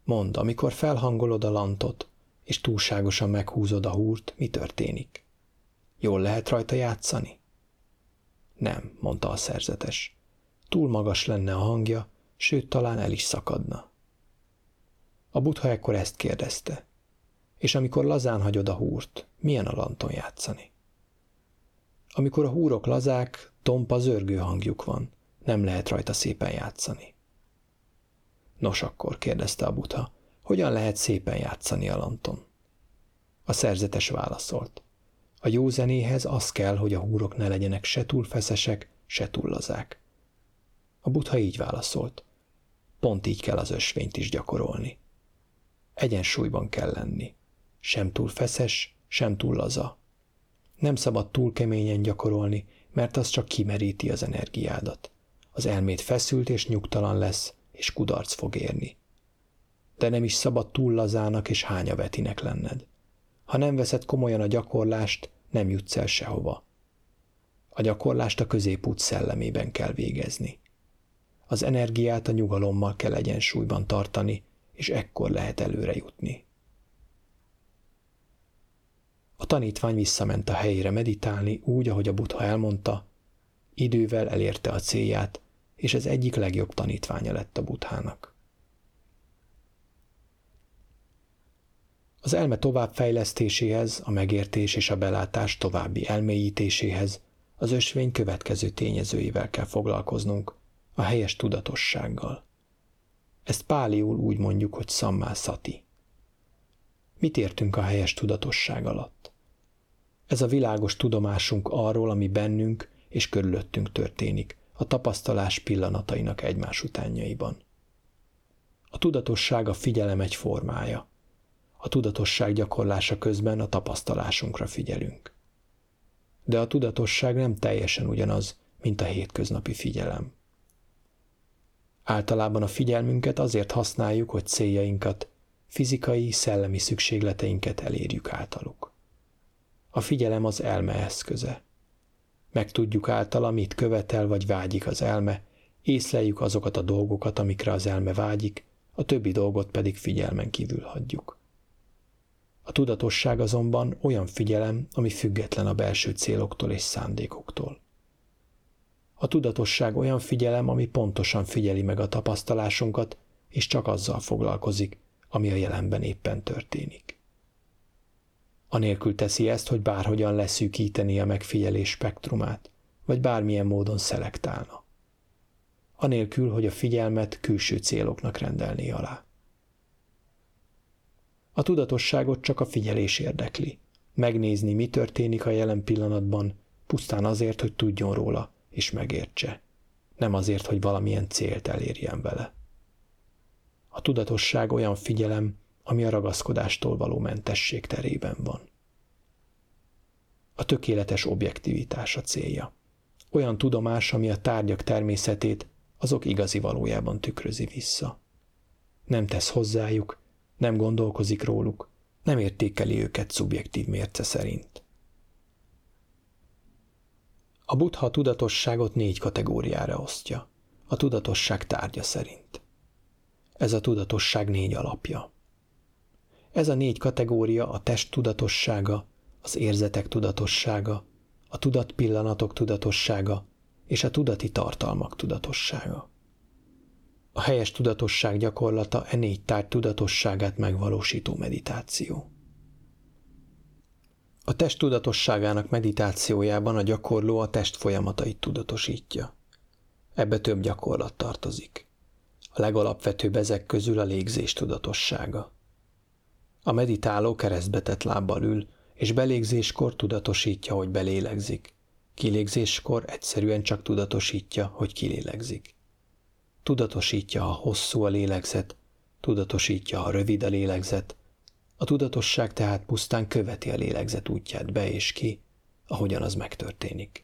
Mondd, amikor felhangolod a lantot, és túlságosan meghúzod a húrt, mi történik? Jól lehet rajta játszani? Nem, mondta a szerzetes. Túl magas lenne a hangja, sőt, talán el is szakadna. A Buddha ekkor ezt kérdezte. És amikor lazán hagyod a húrt, milyen a lanton játszani? Amikor a húrok lazák, tompa zörgő hangjuk van, nem lehet rajta szépen játszani. Nos akkor, kérdezte a Buddha, hogyan lehet szépen játszani a lanton? A szerzetes válaszolt. A jó zenéhez az kell, hogy a húrok ne legyenek se túl feszesek, se túl lazák. A Buddha így válaszolt. Pont így kell az ösvényt is gyakorolni. Egyensúlyban kell lenni. Sem túl feszes, sem túl laza. Nem szabad túl keményen gyakorolni, mert az csak kimeríti az energiádat. Az elméd feszült és nyugtalan lesz, és kudarc fog érni. De nem is szabad túl lazának és hányavetinek lenned. Ha nem veszed komolyan a gyakorlást, nem jutsz el sehova. A gyakorlást a középút szellemében kell végezni. Az energiát a nyugalommal kell egyensúlyban tartani, és ekkor lehet előre jutni. A tanítvány visszament a helyére meditálni úgy, ahogy a Buddha elmondta, idővel elérte a célját, és ez egyik legjobb tanítványa lett a Buddhának. Az elme továbbfejlesztéséhez, a megértés és a belátás további elmélyítéséhez az ösvény következő tényezőivel kell foglalkoznunk, a helyes tudatossággal. Ezt páliul úgy mondjuk, hogy sammá sati. Mit értünk a helyes tudatosság alatt? Ez a világos tudomásunk arról, ami bennünk és körülöttünk történik, a tapasztalás pillanatainak egymás utánjaiban. A tudatosság a figyelem egy formája. A tudatosság gyakorlása közben a tapasztalásunkra figyelünk. De a tudatosság nem teljesen ugyanaz, mint a hétköznapi figyelem. Általában a figyelmünket azért használjuk, hogy céljainkat, fizikai, szellemi szükségleteinket elérjük általuk. A figyelem az elme eszköze. Megtudjuk általa, mit követel vagy vágyik az elme, észleljük azokat a dolgokat, amikre az elme vágyik, a többi dolgot pedig figyelmen kívül hagyjuk. A tudatosság azonban olyan figyelem, ami független a belső céloktól és szándékoktól. A tudatosság olyan figyelem, ami pontosan figyeli meg a tapasztalásunkat, és csak azzal foglalkozik, ami a jelenben éppen történik. Anélkül teszi ezt, hogy bárhogyan leszűkíteni a megfigyelés spektrumát, vagy bármilyen módon szelektálna. Anélkül, hogy a figyelmet külső céloknak rendelné alá. A tudatosságot csak a figyelés érdekli. Megnézni, mi történik a jelen pillanatban, pusztán azért, hogy tudjon róla, és megértse. Nem azért, hogy valamilyen célt elérjen vele. A tudatosság olyan figyelem, ami a ragaszkodástól való mentesség terében van. A tökéletes objektivitás a célja. Olyan tudomás, ami a tárgyak természetét, azok igazi valójában tükrözi vissza. Nem tesz hozzájuk, nem gondolkozik róluk, nem értékeli őket szubjektív mérce szerint. A Buddha a tudatosságot 4 kategóriára osztja, a tudatosság tárgya szerint. Ez a tudatosság 4 alapja. Ez a 4 kategória a test tudatossága, az érzetek tudatossága, a tudatpillanatok tudatossága és a tudati tartalmak tudatossága. A helyes tudatosság gyakorlata e 4 tárgy tudatosságát megvalósító meditáció. A test tudatosságának meditációjában a gyakorló a test folyamatait tudatosítja. Ebbe több gyakorlat tartozik. A legalapvetőbb ezek közül a légzés tudatossága. A meditáló keresztbe tett lábbal ül, és belégzéskor tudatosítja, hogy belélegzik. Kilégzéskor egyszerűen csak tudatosítja, hogy kilélegzik. Tudatosítja, ha hosszú a lélegzet, tudatosítja, ha rövid a lélegzet. A tudatosság tehát pusztán követi a lélegzet útját be és ki, ahogyan az megtörténik.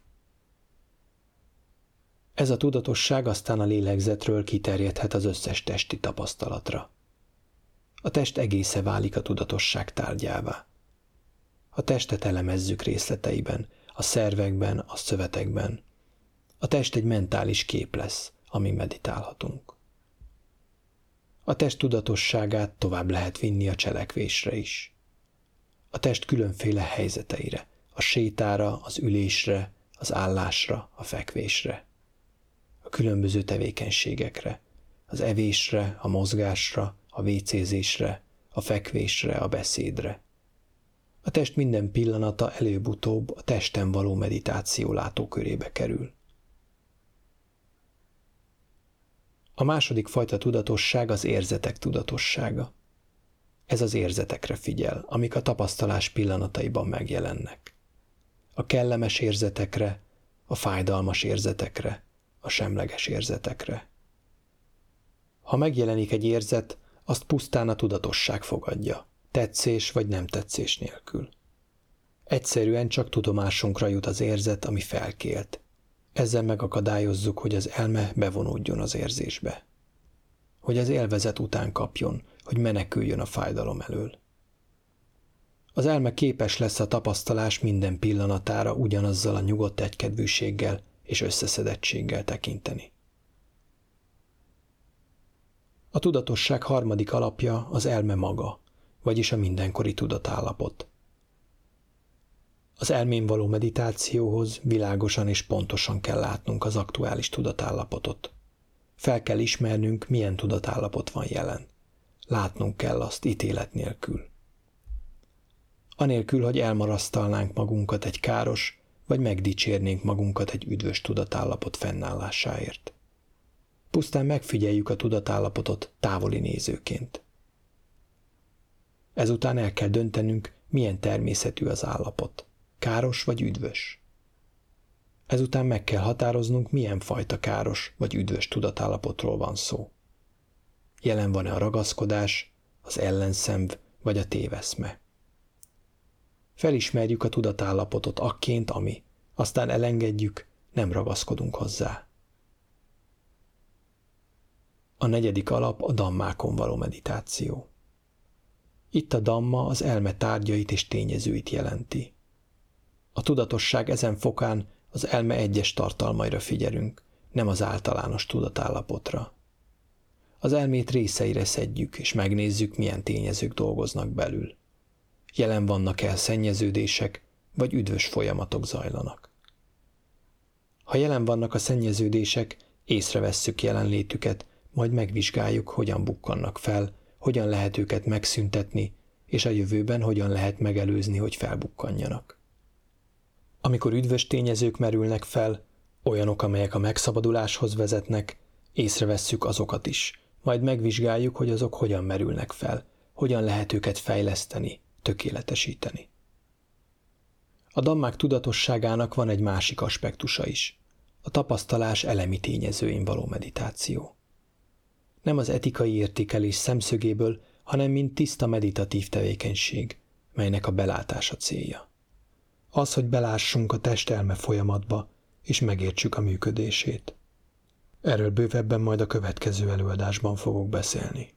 Ez a tudatosság aztán a lélegzetről kiterjedhet az összes testi tapasztalatra. A test egésze válik a tudatosság tárgyává. A testet elemezzük részleteiben, a szervekben, a szövetekben. A test egy mentális kép lesz, amin meditálhatunk. A test tudatosságát tovább lehet vinni a cselekvésre is. A test különféle helyzeteire, a sétára, az ülésre, az állásra, a fekvésre, a különböző tevékenységekre, az evésre, a mozgásra, a vécézésre, a fekvésre, a beszédre. A test minden pillanata előbb-utóbb a testen való meditáció látókörébe kerül. A második fajta tudatosság az érzetek tudatossága. Ez az érzetekre figyel, amik a tapasztalás pillanataiban megjelennek. A kellemes érzetekre, a fájdalmas érzetekre, a semleges érzetekre. Ha megjelenik egy érzet, azt pusztán a tudatosság fogadja, tetszés vagy nem tetszés nélkül. Egyszerűen csak tudomásunkra jut az érzet, ami felkélt. Ezzel megakadályozzuk, hogy az elme bevonódjon az érzésbe. Hogy az élvezet után kapjon, hogy meneküljön a fájdalom elől. Az elme képes lesz a tapasztalás minden pillanatára ugyanazzal a nyugodt egykedvűséggel és összeszedettséggel tekinteni. A tudatosság harmadik alapja az elme maga, vagyis a mindenkori tudatállapot. Az elmén való meditációhoz világosan és pontosan kell látnunk az aktuális tudatállapotot. Fel kell ismernünk, milyen tudatállapot van jelen. Látnunk kell azt ítélet nélkül. Anélkül, hogy elmarasztalnánk magunkat egy káros, vagy megdicsérnénk magunkat egy üdvös tudatállapot fennállásáért. Pusztán megfigyeljük a tudatállapotot távoli nézőként. Ezután el kell döntenünk, milyen természetű az állapot, káros vagy üdvös. Ezután meg kell határoznunk, milyen fajta káros vagy üdvös tudatállapotról van szó. Jelen van-e a ragaszkodás, az ellenszenv vagy a téveszme. Felismerjük a tudatállapotot akként, ami, aztán elengedjük, nem ragaszkodunk hozzá. A negyedik alap a dammákon való meditáció. Itt a damma az elme tárgyait és tényezőit jelenti. A tudatosság ezen fokán az elme egyes tartalmaira figyelünk, nem az általános tudatállapotra. Az elmét részeire szedjük, és megnézzük, milyen tényezők dolgoznak belül. Jelen vannak-e szennyeződések, vagy üdvös folyamatok zajlanak. Ha jelen vannak a szennyeződések, észrevesszük jelenlétüket, majd megvizsgáljuk, hogyan bukkannak fel, hogyan lehet őket megszüntetni, és a jövőben hogyan lehet megelőzni, hogy felbukkanjanak. Amikor üdvös tényezők merülnek fel, olyanok, amelyek a megszabaduláshoz vezetnek, észrevesszük azokat is, majd megvizsgáljuk, hogy azok hogyan merülnek fel, hogyan lehet őket fejleszteni, tökéletesíteni. A dammák tudatosságának van egy másik aspektusa is, a tapasztalás elemi tényezőin való meditáció. Nem az etikai értékelés szemszögéből, hanem mint tiszta meditatív tevékenység, melynek a belátása célja. Az, hogy belássunk a test-elme folyamatba, és megértsük a működését. Erről bővebben majd a következő előadásban fogok beszélni.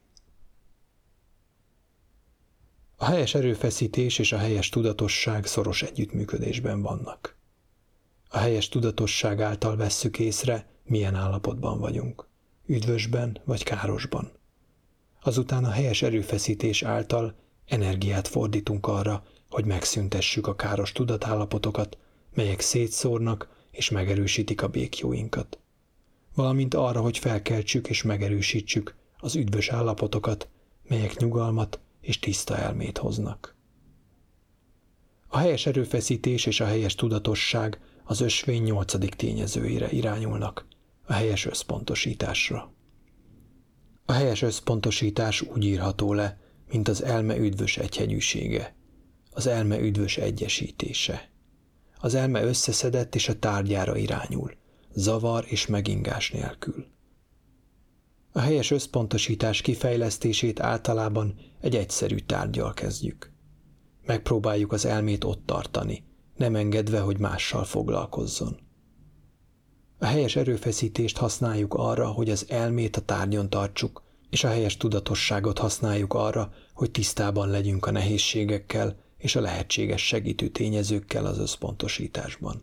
A helyes erőfeszítés és a helyes tudatosság szoros együttműködésben vannak. A helyes tudatosság által vesszük észre, milyen állapotban vagyunk, üdvösben vagy károsban. Azután a helyes erőfeszítés által energiát fordítunk arra, hogy megszüntessük a káros tudatállapotokat, melyek szétszórnak és megerősítik a békjóinkat. Valamint arra, hogy felkeltsük és megerősítsük az üdvös állapotokat, melyek nyugalmat és tiszta elmét hoznak. A helyes erőfeszítés és a helyes tudatosság az ösvény 8. tényezőire irányulnak, a helyes összpontosításra. A helyes összpontosítás úgy írható le, mint az elme üdvös egyhegyűsége, az elme üdvös egyesítése. Az elme összeszedett és a tárgyára irányul, zavar és megingás nélkül. A helyes összpontosítás kifejlesztését általában egy egyszerű tárggyal kezdjük. Megpróbáljuk az elmét ott tartani, nem engedve, hogy mással foglalkozzon. A helyes erőfeszítést használjuk arra, hogy az elmét a tárgyon tartsuk, és a helyes tudatosságot használjuk arra, hogy tisztában legyünk a nehézségekkel és a lehetséges segítő tényezőkkel az összpontosításban.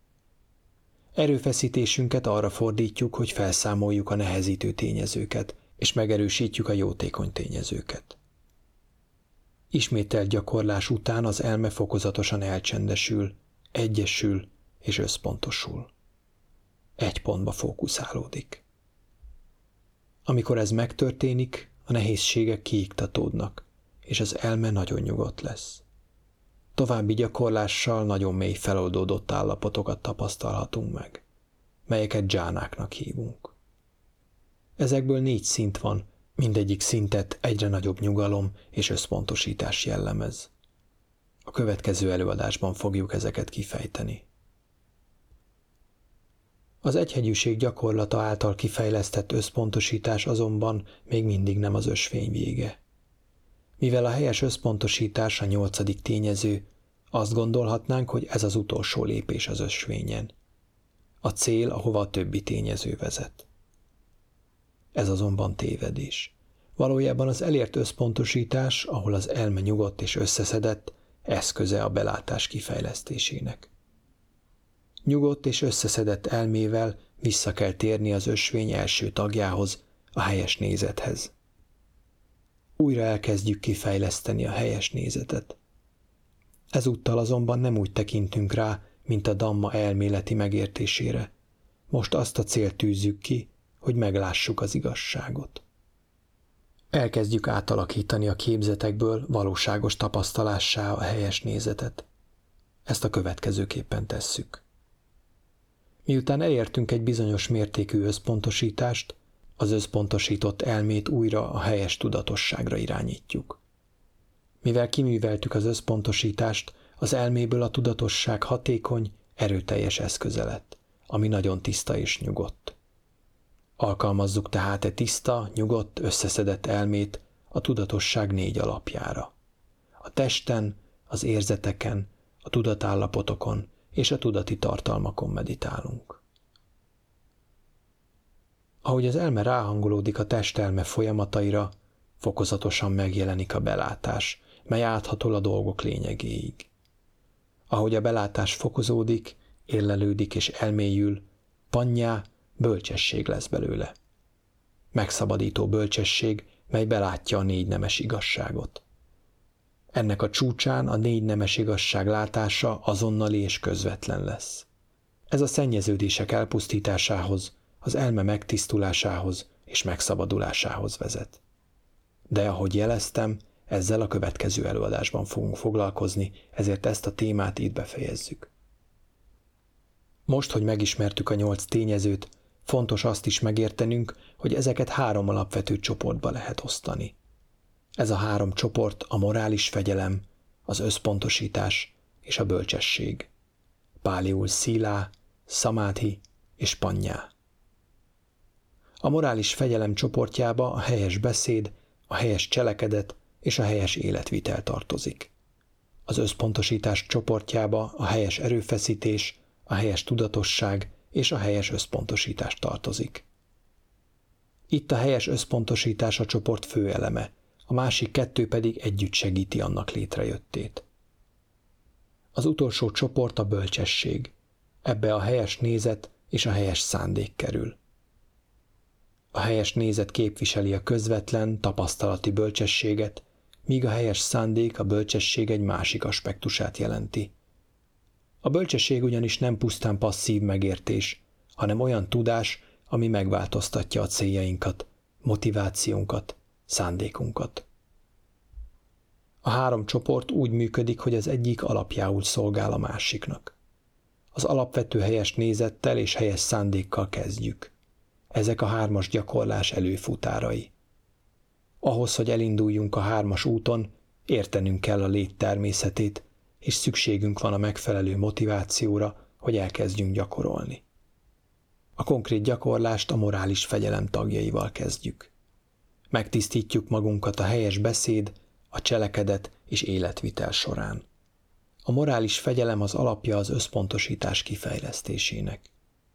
Erőfeszítésünket arra fordítjuk, hogy felszámoljuk a nehezítő tényezőket, és megerősítjük a jótékony tényezőket. Ismételt gyakorlás után az elme fokozatosan elcsendesül, egyesül és összpontosul. Egy pontba fókuszálódik. Amikor ez megtörténik, a nehézségek kiiktatódnak, és az elme nagyon nyugodt lesz. További gyakorlással nagyon mély feloldódott állapotokat tapasztalhatunk meg, melyeket dzsánáknak hívunk. Ezekből 4 szint van, mindegyik szintet egyre nagyobb nyugalom és összpontosítás jellemez. A következő előadásban fogjuk ezeket kifejteni. Az egyhegyűség gyakorlata által kifejlesztett összpontosítás azonban még mindig nem az ösvény vége. Mivel a helyes összpontosítás a 8. tényező, azt gondolhatnánk, hogy ez az utolsó lépés az ösvényen. A cél, ahova a többi tényező vezet. Ez azonban tévedés. Valójában az elért összpontosítás, ahol az elme nyugodt és összeszedett, eszköze a belátás kifejlesztésének. Nyugodt és összeszedett elmével vissza kell térni az ösvény első tagjához, a helyes nézethez. Újra elkezdjük kifejleszteni a helyes nézetet. Ezúttal azonban nem úgy tekintünk rá, mint a Dhamma elméleti megértésére. Most azt a célt tűzzük ki, hogy meglássuk az igazságot. Elkezdjük átalakítani a képzetekből valóságos tapasztalássá a helyes nézetet. Ezt a következőképpen tesszük. Miután elértünk egy bizonyos mértékű összpontosítást, az összpontosított elmét újra a helyes tudatosságra irányítjuk. Mivel kiműveltük az összpontosítást, az elméből a tudatosság hatékony, erőteljes eszköze lett, ami nagyon tiszta és nyugodt. Alkalmazzuk tehát e tiszta, nyugodt, összeszedett elmét a tudatosság 4 alapjára. A testen, az érzeteken, a tudatállapotokon és a tudati tartalmakon meditálunk. Ahogy az elme ráhangolódik a testelme folyamataira, fokozatosan megjelenik a belátás, mely áthatol a dolgok lényegéig. Ahogy a belátás fokozódik, érlelődik és elmélyül, pannyá, bölcsesség lesz belőle. Megszabadító bölcsesség, mely belátja a 4 nemes igazságot. Ennek a csúcsán a 4 nemes igazság látása azonnali és közvetlen lesz. Ez a szennyeződések elpusztításához, az elme megtisztulásához és megszabadulásához vezet. De ahogy jeleztem, ezzel a következő előadásban fogunk foglalkozni, ezért ezt a témát itt befejezzük. Most, hogy megismertük a 8 tényezőt, fontos azt is megértenünk, hogy ezeket 3 alapvető csoportba lehet osztani. Ez a 3 csoport a morális fegyelem, az összpontosítás és a bölcsesség. Páliul szílá, szamádhi és pannyá. A morális fegyelem csoportjába a helyes beszéd, a helyes cselekedet és a helyes életvitel tartozik. Az összpontosítás csoportjába a helyes erőfeszítés, a helyes tudatosság és a helyes összpontosítás tartozik. Itt a helyes összpontosítás a csoport fő eleme, a másik 2 pedig együtt segíti annak létrejöttét. Az utolsó csoport a bölcsesség, ebbe a helyes nézet és a helyes szándék kerül. A helyes nézet képviseli a közvetlen, tapasztalati bölcsességet, míg a helyes szándék a bölcsesség egy másik aspektusát jelenti. A bölcsesség ugyanis nem pusztán passzív megértés, hanem olyan tudás, ami megváltoztatja a céljainkat, motivációnkat, szándékunkat. A 3 csoport úgy működik, hogy az egyik alapjául szolgál a másiknak. Az alapvető helyes nézettel és helyes szándékkal kezdjük. Ezek a 3-as gyakorlás előfutárai. Ahhoz, hogy elinduljunk a 3-as úton, értenünk kell a lét természetét, és szükségünk van a megfelelő motivációra, hogy elkezdjünk gyakorolni. A konkrét gyakorlást a morális fegyelem tagjaival kezdjük. Megtisztítjuk magunkat a helyes beszéd, a cselekedet és életvitel során. A morális fegyelem az alapja az összpontosítás kifejlesztésének.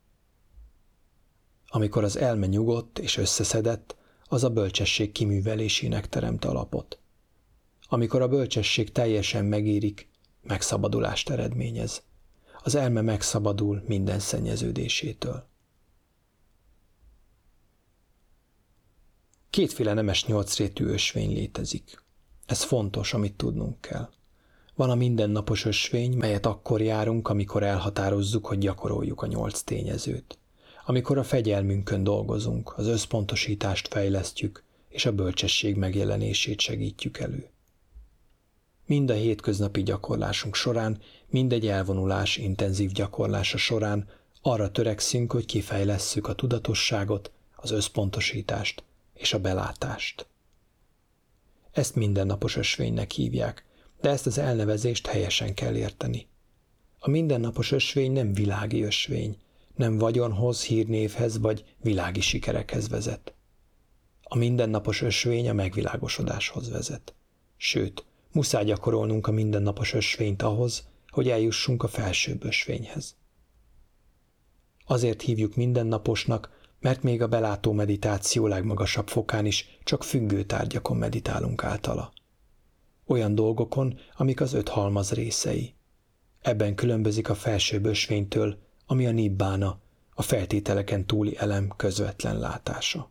Amikor az elme nyugodt és összeszedett, az a bölcsesség kiművelésének teremt alapot. Amikor a bölcsesség teljesen megérik, megszabadulást eredményez. Az elme megszabadul minden szennyeződésétől. Kétféle nemes nyolcrétű ösvény létezik. Ez fontos, amit tudnunk kell. Van a mindennapos ösvény, melyet akkor járunk, amikor elhatározzuk, hogy gyakoroljuk a 8 tényezőt. Amikor a fegyelmünkön dolgozunk, az összpontosítást fejlesztjük, és a bölcsesség megjelenését segítjük elő. Mind a hétköznapi gyakorlásunk során, mindegy elvonulás intenzív gyakorlása során arra törekszünk, hogy kifejlesszük a tudatosságot, az összpontosítást és a belátást. Ezt mindennapos ösvénynek hívják, de ezt az elnevezést helyesen kell érteni. A mindennapos ösvény nem világi ösvény, nem vagyonhoz, hírnévhez vagy világi sikerekhez vezet. A mindennapos ösvény a megvilágosodáshoz vezet. Sőt, muszáj gyakorolnunk a mindennapos ösvényt ahhoz, hogy eljussunk a felsőbb ösvényhez. Azért hívjuk mindennaposnak, mert még a belátó meditáció legmagasabb fokán is csak függő tárgyakon meditálunk általa. Olyan dolgokon, amik az 5 halmaz részei. Ebben különbözik a felsőbb ösvénytől, ami a nibbána, a feltételeken túli elem közvetlen látása.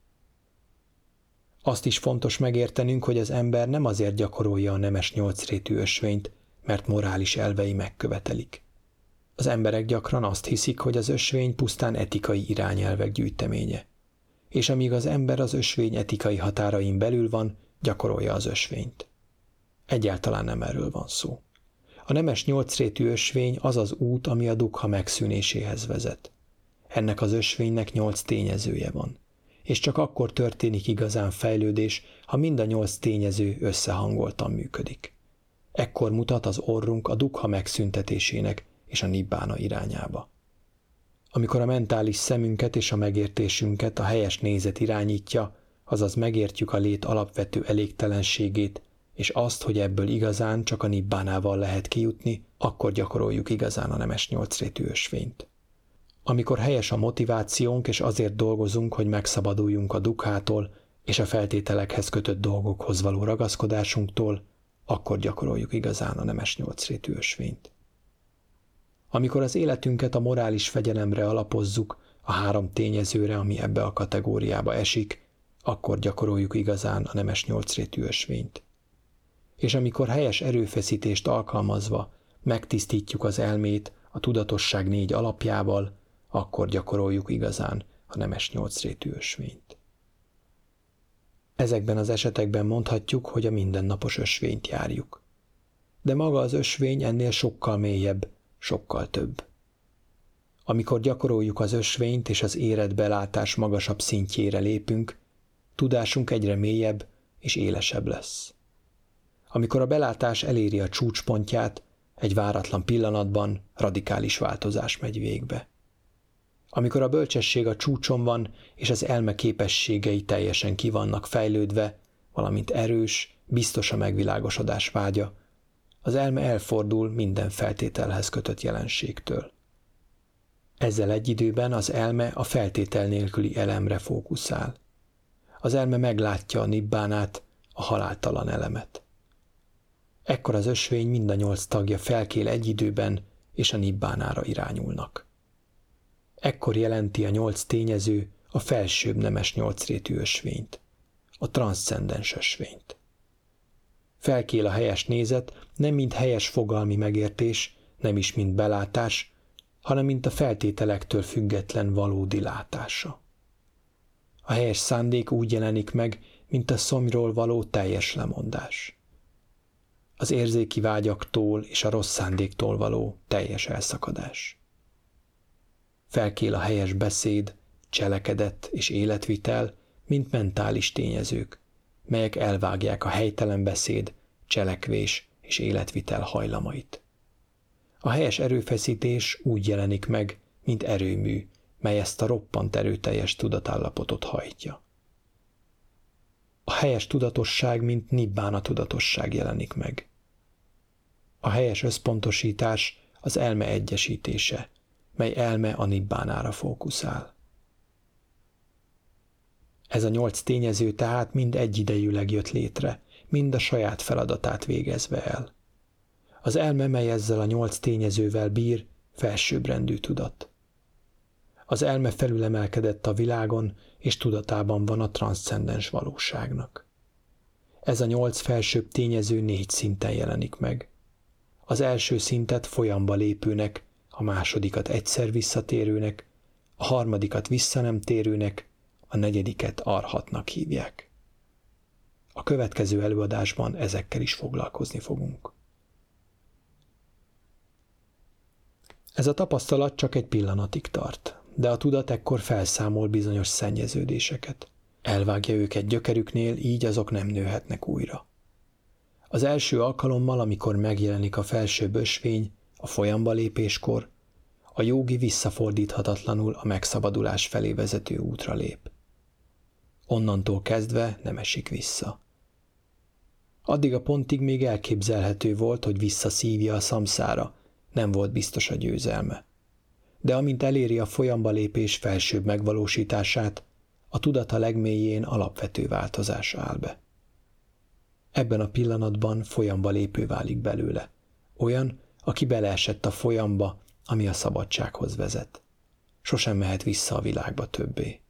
Azt is fontos megértenünk, hogy az ember nem azért gyakorolja a nemes 8-rétű ösvényt, mert morális elvei megkövetelik. Az emberek gyakran azt hiszik, hogy az ösvény pusztán etikai irányelvek gyűjteménye. És amíg az ember az ösvény etikai határain belül van, gyakorolja az ösvényt. Egyáltalán nem erről van szó. A nemes 8-rétű ösvény az az út, ami a dukha megszűnéséhez vezet. Ennek az ösvénynek 8 tényezője van. És csak akkor történik igazán fejlődés, ha mind a 8 tényező összehangoltan működik. Ekkor mutat az orrunk a dukha megszüntetésének és a nibbána irányába. Amikor a mentális szemünket és a megértésünket a helyes nézet irányítja, azaz megértjük a lét alapvető elégtelenségét, és azt, hogy ebből igazán csak a nibbánával lehet kijutni, akkor gyakoroljuk igazán a nemes 8-rétű ösvényt. Amikor helyes a motivációnk, és azért dolgozunk, hogy megszabaduljunk a dukhától és a feltételekhez kötött dolgokhoz való ragaszkodásunktól, akkor gyakoroljuk igazán a nemes 8-rétű ösvényt. Amikor az életünket a morális fegyelemre alapozzuk, a 3 tényezőre, ami ebbe a kategóriába esik, akkor gyakoroljuk igazán a nemes 8-rétű ösvényt. És amikor helyes erőfeszítést alkalmazva megtisztítjuk az elmét a tudatosság 4 alapjával, akkor gyakoroljuk igazán a nemes 8-rétű ösvényt. Ezekben az esetekben mondhatjuk, hogy a mindennapos ösvényt járjuk. De maga az ösvény ennél sokkal mélyebb, sokkal több. Amikor gyakoroljuk az ösvényt és az érett belátás magasabb szintjére lépünk, tudásunk egyre mélyebb és élesebb lesz. Amikor a belátás eléri a csúcspontját, egy váratlan pillanatban radikális változás megy végbe. Amikor a bölcsesség a csúcson van, és az elme képességei teljesen ki vannak fejlődve, valamint erős, biztos a megvilágosodás vágya, az elme elfordul minden feltételhez kötött jelenségtől. Ezzel egy időben az elme a feltétel nélküli elemre fókuszál. Az elme meglátja a nibbánát, a haláltalan elemet. Ekkor az ösvény mind a 8 tagja felkél egy időben, és a nibbánára irányulnak. Ekkor jelenti a 8 tényező a felsőbb nemes 8-rétű ösvényt, a transzcendens ösvényt. Felkél a helyes nézet, nem mint helyes fogalmi megértés, nem is mint belátás, hanem mint a feltételektől független valódi látása. A helyes szándék úgy jelenik meg, mint a szomjról való teljes lemondás. Az érzéki vágyaktól és a rossz szándéktól való teljes elszakadás. Felkél a helyes beszéd, cselekedet és életvitel, mint mentális tényezők, melyek elvágják a helytelen beszéd, cselekvés és életvitel hajlamait. A helyes erőfeszítés úgy jelenik meg, mint erőmű, mely ezt a roppant erőteljes tudatállapotot hajtja. A helyes tudatosság, mint nibbána tudatosság jelenik meg. A helyes összpontosítás az elme egyesítése, mely elme a nibbánára fókuszál. Ez a 8 tényező tehát mind egyidejűleg jött létre, mind a saját feladatát végezve el. Az elme, mely ezzel a 8 tényezővel bír, felsőbbrendű tudat. Az elme felülemelkedett a világon, és tudatában van a transzcendens valóságnak. Ez a 8 felsőbb tényező 4 szinten jelenik meg. Az első szintet folyamba lépőnek, a másodikat egyszer visszatérőnek, a harmadikat vissza nem térőnek, a negyediket arhatnak hívják. A következő előadásban ezekkel is foglalkozni fogunk. Ez a tapasztalat csak egy pillanatig tart, de a tudat ekkor felszámol bizonyos szennyeződéseket. Elvágja őket gyökerüknél, így azok nem nőhetnek újra. Az első alkalommal, amikor megjelenik a felsőbb ösvény, a folyamba lépéskor, a jógi visszafordíthatatlanul a megszabadulás felé vezető útra lép. Onnantól kezdve nem esik vissza. Addig a pontig még elképzelhető volt, hogy visszaszívja a szamszára, nem volt biztos a győzelme. De amint eléri a folyamba lépés felsőbb megvalósítását, a tudata legmélyén alapvető változás áll be. Ebben a pillanatban folyamba lépő válik belőle, olyan, aki beleesett a folyamba, ami a szabadsághoz vezet. Sosem mehet vissza a világba többé.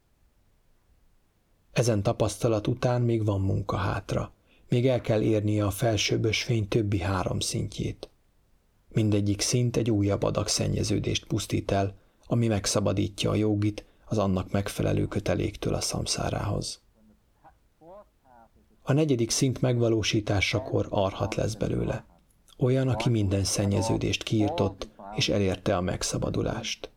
Ezen tapasztalat után még van munka hátra, még el kell érnie a felsőbb ösvény többi 3 szintjét. Mindegyik szint egy újabb adag szennyeződést pusztít el, ami megszabadítja a jógit az annak megfelelő köteléktől a szamszárához. A 4. szint megvalósításakor arhat lesz belőle, olyan, aki minden szennyeződést kiirtott és elérte a megszabadulást.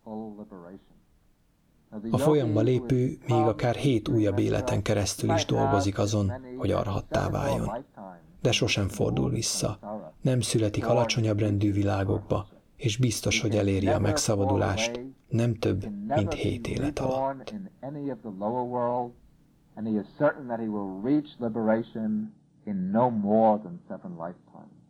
A folyamba lépő még akár 7 újabb életen keresztül is dolgozik azon, hogy arhattá váljon. De sosem fordul vissza, nem születik alacsonyabb rendű világokba, és biztos, hogy eléri a megszabadulást nem több, mint 7 élet alatt. And he is certain that he will reach liberation in no more than 7 lifetimes.